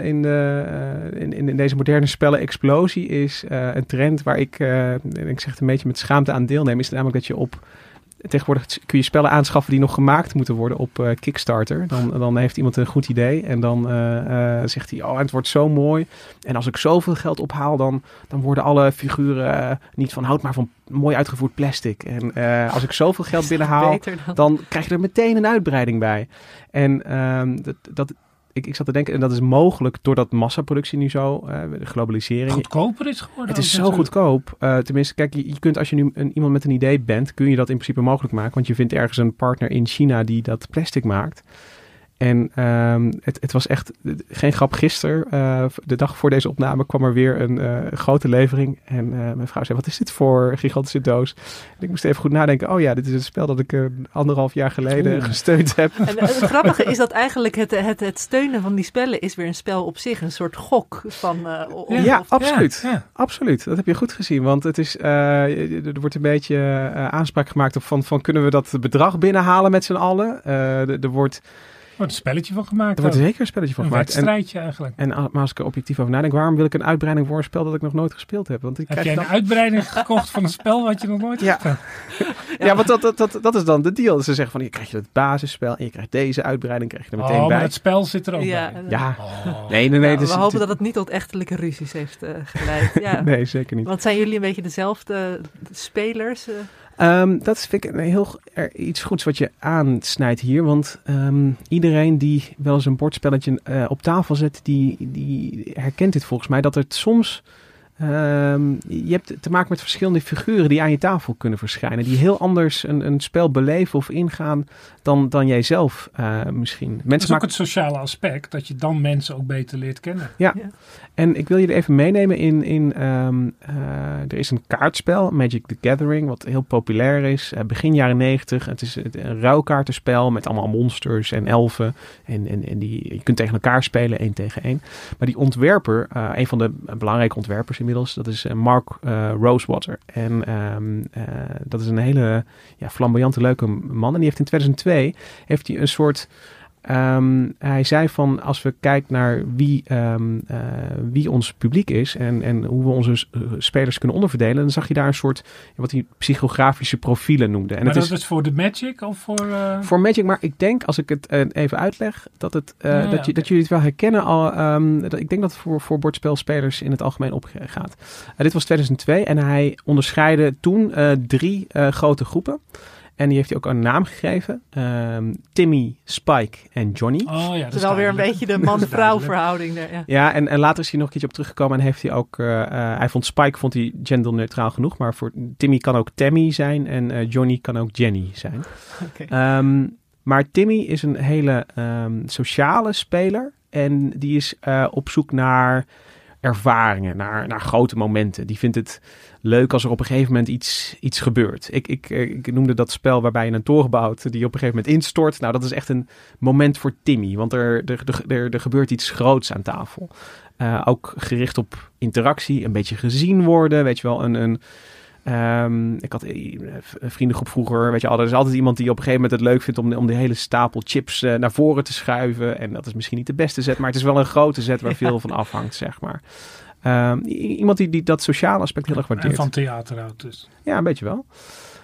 in deze moderne spellen explosie is een trend waar ik zeg het een beetje met schaamte aan deelneem. Is namelijk dat je tegenwoordig kun je spellen aanschaffen die nog gemaakt moeten worden op Kickstarter. Dan heeft iemand een goed idee en dan zegt hij, het wordt zo mooi. En als ik zoveel geld ophaal, dan worden alle figuren niet van hout, maar van mooi uitgevoerd plastic. En als ik zoveel geld binnenhaal, dan krijg je er meteen een uitbreiding bij. En ik zat te denken, en dat is mogelijk doordat massaproductie nu zo, de globalisering. Goedkoper is geworden. Het is zo goedkoop. Tenminste, kijk, je kunt als je nu iemand met een idee bent, kun je dat in principe mogelijk maken. Want je vindt ergens een partner in China die dat plastic maakt. En het was echt geen grap. Gisteren, de dag voor deze opname, kwam er weer een grote levering. En mijn vrouw zei, wat is dit voor gigantische doos? En ik moest even goed nadenken. Oh ja, dit is het spel dat ik 1,5 jaar geleden gesteund heb. En het grappige is dat eigenlijk het steunen van die spellen is weer een spel op zich. Een soort gok van... absoluut. Ja. Absoluut. Dat heb je goed gezien. Want het is, er wordt een beetje aanspraak gemaakt op van kunnen we dat bedrag binnenhalen met z'n allen? Er wordt... wordt een spelletje van gemaakt. Er wordt zeker een spelletje van gemaakt. Een wedstrijdje eigenlijk. En maar als ik er objectief over nadenk, waarom wil ik een uitbreiding voor een spel dat ik nog nooit gespeeld heb? Want heb jij een uitbreiding gekocht van een spel wat je nog nooit hebt gespeeld? Ja, want dat is dan de deal. Dus ze zeggen van, je krijgt het basisspel en je krijgt deze uitbreiding, krijg je er meteen bij. Maar het spel zit er ook bij. Ja. Nee. We hopen dat het niet tot echtelijke ruzies heeft geleid. Ja. Nee, zeker niet. Want zijn jullie een beetje dezelfde spelers? Dat vind ik iets goeds wat je aansnijdt hier. Want iedereen die wel eens een bordspelletje op tafel zet, die herkent dit volgens mij. Dat het soms... je hebt te maken met verschillende figuren die aan je tafel kunnen verschijnen. Die heel anders een spel beleven of ingaan dan jij zelf misschien. Dat is ook het sociale aspect. Dat je dan mensen ook beter leert kennen. Ja. En ik wil je er even meenemen in er is een kaartspel, Magic the Gathering, wat heel populair is. Begin jaren 90. Het is een ruilkaartenspel met allemaal monsters en elfen. En je kunt tegen elkaar spelen, 1 tegen 1. Maar die ontwerper, een van de belangrijke ontwerpers inmiddels, dat is Mark Rosewater. En dat is een hele flamboyante, leuke man. En die heeft in 2002 een soort... hij zei van, als we kijken naar wie ons publiek is en hoe we onze spelers kunnen onderverdelen, dan zag je daar een soort, wat hij psychografische profielen noemde. En maar dat is voor de Magic of voor... Voor Magic, maar ik denk, als ik het even uitleg, dat jullie het wel herkennen al. Ik denk dat het voor bordspelspelers in het algemeen opgaat. Dit was 2002 en hij onderscheidde toen 3 grote groepen. En die heeft hij ook een naam gegeven. Timmy, Spike en Johnny. Oh ja, dat is wel weer een beetje de man-vrouw verhouding. Ja, en later is hij nog een keertje op teruggekomen. En heeft hij ook... hij vond Spike genderneutraal genoeg. Maar voor Timmy kan ook Tammy zijn. En Johnny kan ook Jenny zijn. Okay. Maar Timmy is een hele sociale speler. En die is op zoek naar ervaringen, naar grote momenten. Die vindt het leuk als er op een gegeven moment iets gebeurt. Ik noemde dat spel waarbij je een toren bouwt die op een gegeven moment instort. Nou, dat is echt een moment voor Timmy, want er gebeurt iets groots aan tafel. Ook gericht op interactie, een beetje gezien worden, weet je wel, ik had een vriendengroep vroeger, weet je, er is altijd iemand die op een gegeven moment het leuk vindt om de hele stapel chips naar voren te schuiven. En dat is misschien niet de beste zet, maar het is wel een grote zet waar veel van afhangt, zeg maar. Iemand die dat sociale aspect heel erg waardeert. En van theater houdt dus. Ja, een beetje wel.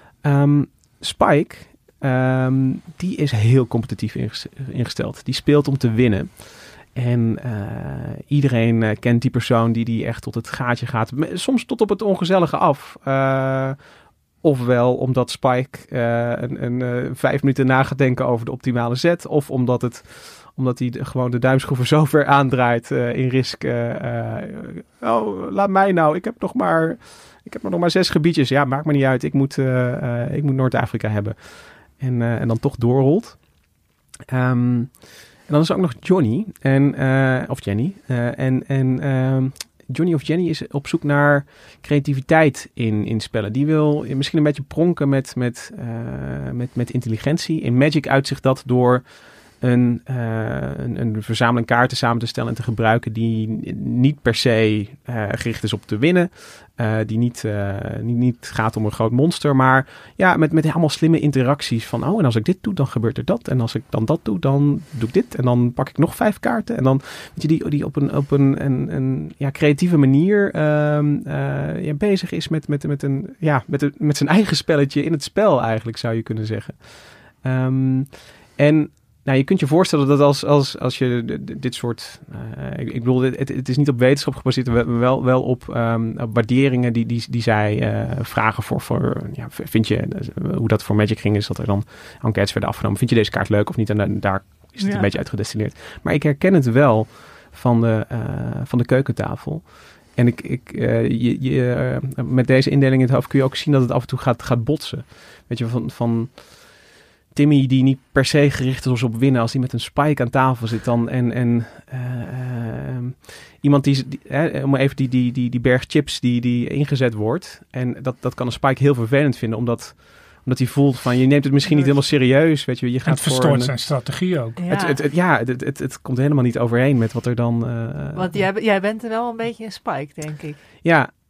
Spike, die is heel competitief ingesteld. Die speelt om te winnen. En iedereen kent die persoon die echt tot het gaatje gaat. Soms tot op het ongezellige af. Ofwel omdat Spike 5 minuten na gaat denken over de optimale zet. Of omdat hij gewoon de duimschroeven zo ver aandraait in Risk. Laat mij nou. Ik heb nog maar 6 gebiedjes. Ja, maakt me niet uit. Ik moet Noord-Afrika hebben. En dan toch doorrolt. En dan is er ook nog Johnny of Jenny. Johnny of Jenny is op zoek naar creativiteit in spellen. Die wil misschien een beetje pronken met intelligentie. In Magic uitzicht dat door een verzameling kaarten samen te stellen en te gebruiken die niet per se gericht is op te winnen. Die niet gaat om een groot monster, maar ja, met allemaal slimme interacties van, en als ik dit doe, dan gebeurt er dat. En als ik dan dat doe, dan doe ik dit. En dan pak ik nog 5 kaarten. En dan, weet je, die op een creatieve manier bezig is met zijn eigen spelletje in het spel eigenlijk, zou je kunnen zeggen. Nou, je kunt je voorstellen dat als je dit soort... ik bedoel, het is niet op wetenschap gebaseerd, wel op waarderingen die zij vragen voor vind je, hoe dat voor Magic ging, is dat er dan enquêtes werden afgenomen. Vind je deze kaart leuk of niet? En daar is het een beetje uitgedestilleerd. Maar ik herken het wel van de keukentafel. En met deze indeling in het hoofd kun je ook zien dat het af en toe gaat botsen. Weet je, van Timmy die niet per se gericht is op winnen, als hij met een Spike aan tafel zit dan en iemand om even die berg chips die ingezet wordt, en dat kan een Spike heel vervelend vinden, omdat hij voelt van, je neemt het misschien niet helemaal serieus, weet je. Je gaat het verstoort zijn strategie ook. Ja. Het komt helemaal niet overeen met wat er dan... Want jij bent er wel een beetje een Spike, denk ik. Ja.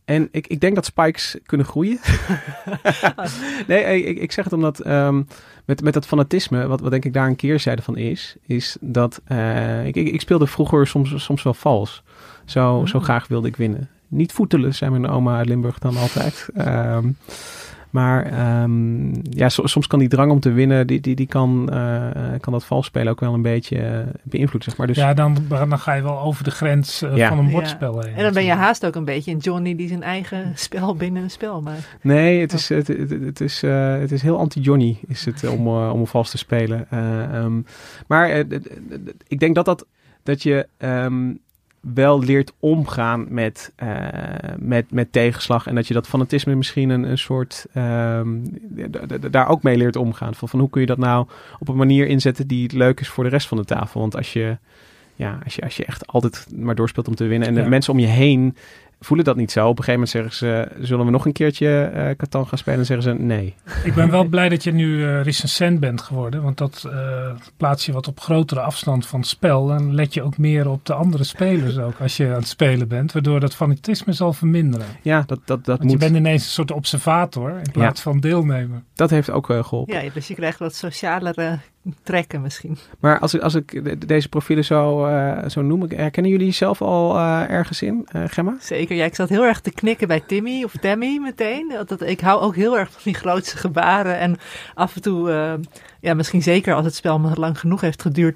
En ik denk dat spikes kunnen groeien. Nee, ik zeg het omdat met dat fanatisme, wat denk ik daar een keerzijde van is dat ik speelde vroeger soms wel vals. Zo graag wilde ik winnen. Niet voetelen, zei mijn oma uit Limburg dan altijd. Maar soms kan die drang om te winnen, die kan dat vals spelen ook wel een beetje beïnvloeden, zeg maar. Dus, ja, dan ga je wel over de grens van een bordspel heen. En dan ben je haast ook een beetje een Johnny die zijn eigen spel binnen een spel maakt. Nee, het is heel anti-Johnny is het om vals te spelen. Maar ik denk dat je wel leert omgaan met tegenslag. En dat je dat fanatisme misschien een soort daar ook mee leert omgaan. Van hoe kun je dat nou op een manier inzetten die leuk is voor de rest van de tafel. Want als je echt altijd maar doorspeelt om te winnen. En de mensen om je heen voelen dat niet zo. Op een gegeven moment zeggen ze, zullen we nog een keertje Catan gaan spelen? En zeggen ze nee. Ik ben wel blij dat je nu recensent bent geworden. Want dat plaats je wat op grotere afstand van het spel. Dan let je ook meer op de andere spelers ook als je aan het spelen bent. Waardoor dat fanatisme zal verminderen. Ja, dat moet. Je bent ineens een soort observator in plaats van deelnemer. Dat heeft ook geholpen. Ja, dus je krijgt wat socialere trekken misschien. Maar als ik deze profielen zo noem, herkennen jullie zelf al ergens in, Gemma? Zeker, ja, ik zat heel erg te knikken bij Timmy of Tammy meteen. Ik hou ook heel erg van die grootste gebaren en af en toe, misschien zeker als het spel maar lang genoeg heeft geduurd,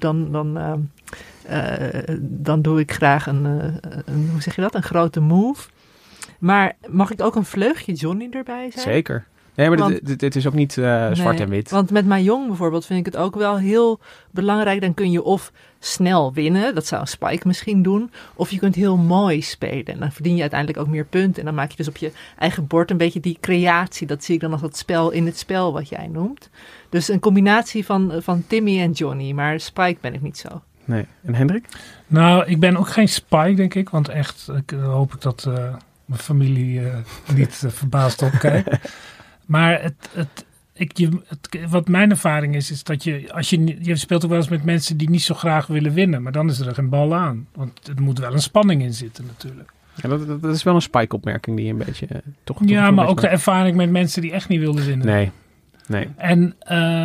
dan doe ik graag hoe zeg je dat, een grote move. Maar mag ik ook een vleugje Johnny erbij zijn? Zeker. Nee, maar dit is ook niet zwart en wit. Want met Mahjong bijvoorbeeld vind ik het ook wel heel belangrijk. Dan kun je of snel winnen, dat zou Spike misschien doen. Of je kunt heel mooi spelen. En dan verdien je uiteindelijk ook meer punten. En dan maak je dus op je eigen bord een beetje die creatie. Dat zie ik dan als dat spel in het spel wat jij noemt. Dus een combinatie van Timmy en Johnny. Maar Spike ben ik niet zo. Nee. En Hendrik? Nou, ik ben ook geen Spike, denk ik. Want echt, hoop ik dat mijn familie niet verbaasd opkijkt. Maar wat mijn ervaring is dat je speelt ook wel eens met mensen die niet zo graag willen winnen. Maar dan is er geen bal aan. Want er moet wel een spanning in zitten natuurlijk. Ja, dat is wel een Spike-opmerking die een beetje toch maar ook de ervaring met mensen die echt niet wilden winnen. Nee. En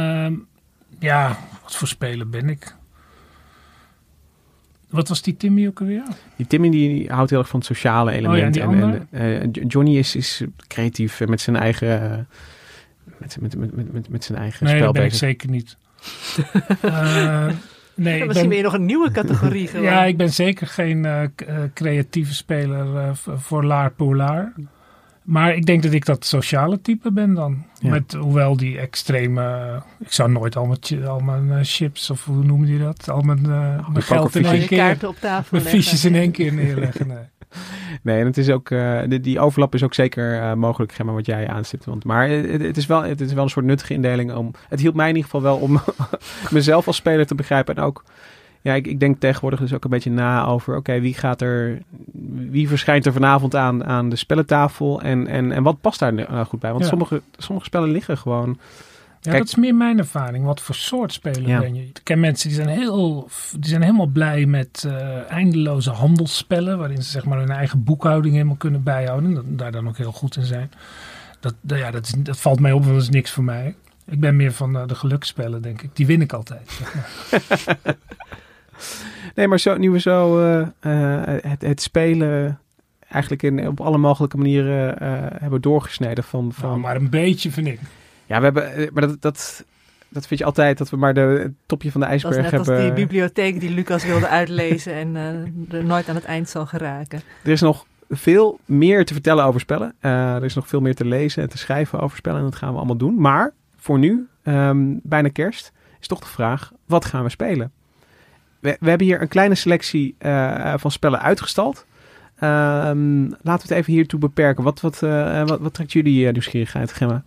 wat voor speler ben ik? Wat was die Timmy ook alweer? Die Timmy die houdt heel erg van het sociale element. En Johnny is creatief met zijn eigen met zijn eigen spel. Nee, dat ben ik zeker niet. Misschien ben je nog een nieuwe categorie geworden. Ja, ik ben zeker geen creatieve speler voor Laar Polar. Maar ik denk dat ik dat sociale type ben dan. Ja. Hoewel die extreme... Ik zou nooit al mijn chips, of hoe noemen die dat? Al mijn geld in één keer... kaarten op tafel mijn fiches in één keer neerleggen. Nee, en het is ook... die overlap is ook zeker mogelijk, Gemma, wat jij aanstipt. Maar het is wel een soort nuttige indeling. Het hielp mij in ieder geval wel om mezelf als speler te begrijpen. En ook... Ja, ik denk tegenwoordig dus ook een beetje na over... wie verschijnt er vanavond aan de spellentafel... en wat past daar nou goed bij? Want sommige spellen liggen gewoon... Ja, dat is meer mijn ervaring. Wat voor soort speler ben je? Ik ken mensen die zijn helemaal blij met eindeloze handelsspellen... waarin ze zeg maar hun eigen boekhouding helemaal kunnen bijhouden... en daar dan ook heel goed in zijn. Dat valt mij op, want dat is niks voor mij. Ik ben meer van de geluksspellen, denk ik. Die win ik altijd, zeg maar. Nee, maar nu we het spelen eigenlijk op alle mogelijke manieren hebben doorgesneden van... Nou, maar een beetje vind ik. Ja, we hebben, maar dat vind je altijd, dat we maar het topje van de ijsberg hebben. Dat is net als die bibliotheek die Lucas wilde uitlezen en er nooit aan het eind zal geraken. Er is nog veel meer te vertellen over spellen. Er is nog veel meer te lezen en te schrijven over spellen en dat gaan we allemaal doen. Maar voor nu, bijna kerst, is toch de vraag, wat gaan we spelen? We hebben hier een kleine selectie van spellen uitgestald. Laten we het even hiertoe beperken. Wat trekt jullie nieuwsgierigheid, Gemma?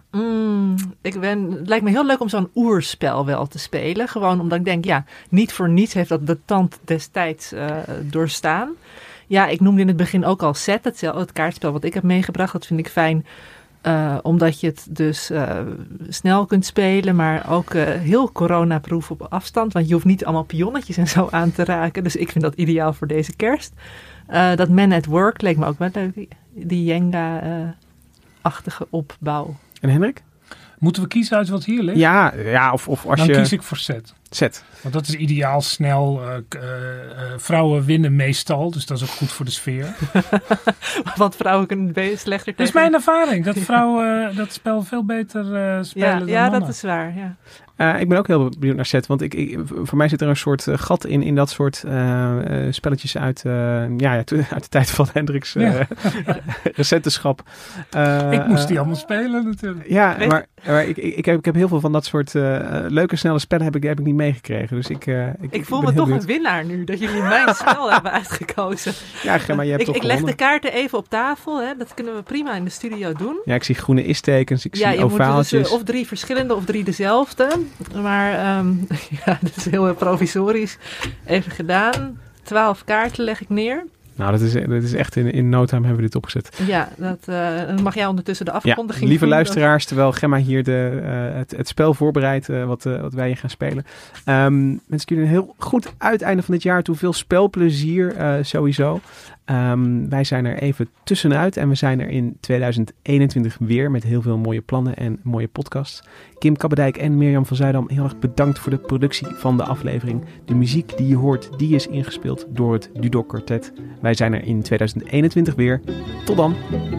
Het lijkt me heel leuk om zo'n oerspel wel te spelen. Gewoon omdat ik denk, niet voor niets heeft dat de tand destijds doorstaan. Ja, ik noemde in het begin ook al Set, het kaartspel wat ik heb meegebracht. Dat vind ik fijn. Omdat je het dus snel kunt spelen, maar ook heel coronaproof op afstand. Want je hoeft niet allemaal pionnetjes en zo aan te raken. Dus ik vind dat ideaal voor deze kerst. Dat Man at Work leek me ook wel leuk. die Jenga-achtige opbouw. En Hendrik? Moeten we kiezen uit wat hier ligt? Ja, of als Dan je... kies ik voor set. Want dat is ideaal snel. Vrouwen winnen meestal, dus dat is ook goed voor de sfeer. Want vrouwen kunnen slechter tegen... Dat is mijn ervaring, dat vrouwen dat spel veel beter spelen dan mannen. Dat is waar, ja. Ik ben ook heel benieuwd naar set, want voor mij zit er een soort gat in dat soort spelletjes uit de tijd van Hendrik's recentenschap. Ik moest die allemaal spelen natuurlijk. Ja, maar ik heb heel veel van dat soort leuke, snelle spellen heb ik niet meegekregen. Dus ik voel me toch een winnaar nu, dat jullie mijn spel hebben uitgekozen. Ja, Gemma, je hebt toch gewonnen. Ik leg de kaarten even op tafel, hè. Dat kunnen we prima in de studio doen. Ja, ik zie groene is-tekens, ik zie ovaaltjes. Ja, je moet dus of 3 verschillende of 3 dezelfde. Maar dat is heel provisorisch. Even gedaan. 12 kaarten leg ik neer. Nou, dat is echt in no time hebben we dit opgezet. Ja, dan mag jij ondertussen de afkondiging lieve luisteraars, terwijl Gemma hier het spel voorbereidt wat wij hier gaan spelen. Wens ik jullie een heel goed uiteinde van dit jaar toe. Veel spelplezier sowieso. Wij zijn er even tussenuit en we zijn er in 2021 weer met heel veel mooie plannen en mooie podcasts. Kim Kabbedijk en Mirjam van Zuidam, heel erg bedankt voor de productie van de aflevering. De muziek die je hoort, die is ingespeeld door het Dudok Quartet. Wij zijn er in 2021 weer. Tot dan!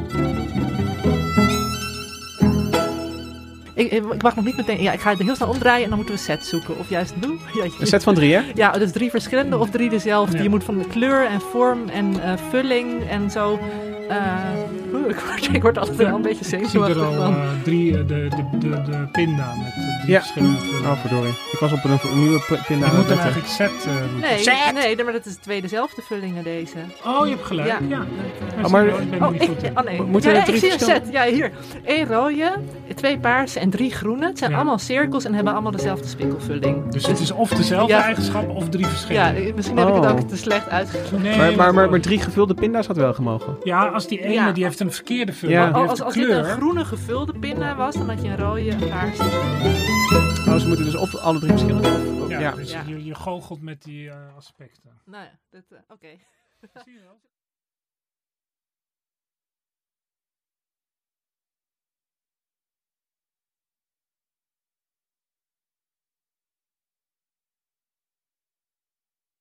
Ik mag nog niet meteen... Ja, ik ga het heel snel omdraaien en dan moeten we set zoeken. Of juist doen. Een set van 3, hè? Ja, dus 3 verschillende of 3 dezelfde. Ja. Je moet van de kleur en vorm en vulling en zo... Ik word altijd wel een beetje zenuwachtig van. 3 de pinda met 3 verschillende vulling. Oh, verdorie. Ik was op een nieuwe pinda. Je moet dan eigenlijk set Nee, maar dat is 2 dezelfde vullingen deze. Oh, je hebt gelijk. Ja. Ik zie een set. Ja, hier. 1 rode, 2 paarse en 3 groene. Het zijn allemaal cirkels en hebben allemaal dezelfde spikkelvulling. Dus het is of dezelfde eigenschap of 3 verschillende. Ja, misschien heb ik het ook te slecht uitgelegd. Nee, maar 3 gevulde pinda's had wel gemogen. Ja, als die ene die heeft een verkeerde vulling. Ja. Als dit een groene gevulde pinda was, dan had je een rode, een paarse. Oh, ze moeten dus of alle 3 verschillende? Dus je goochelt met die aspecten. Nou ja, oké. Zie je wel?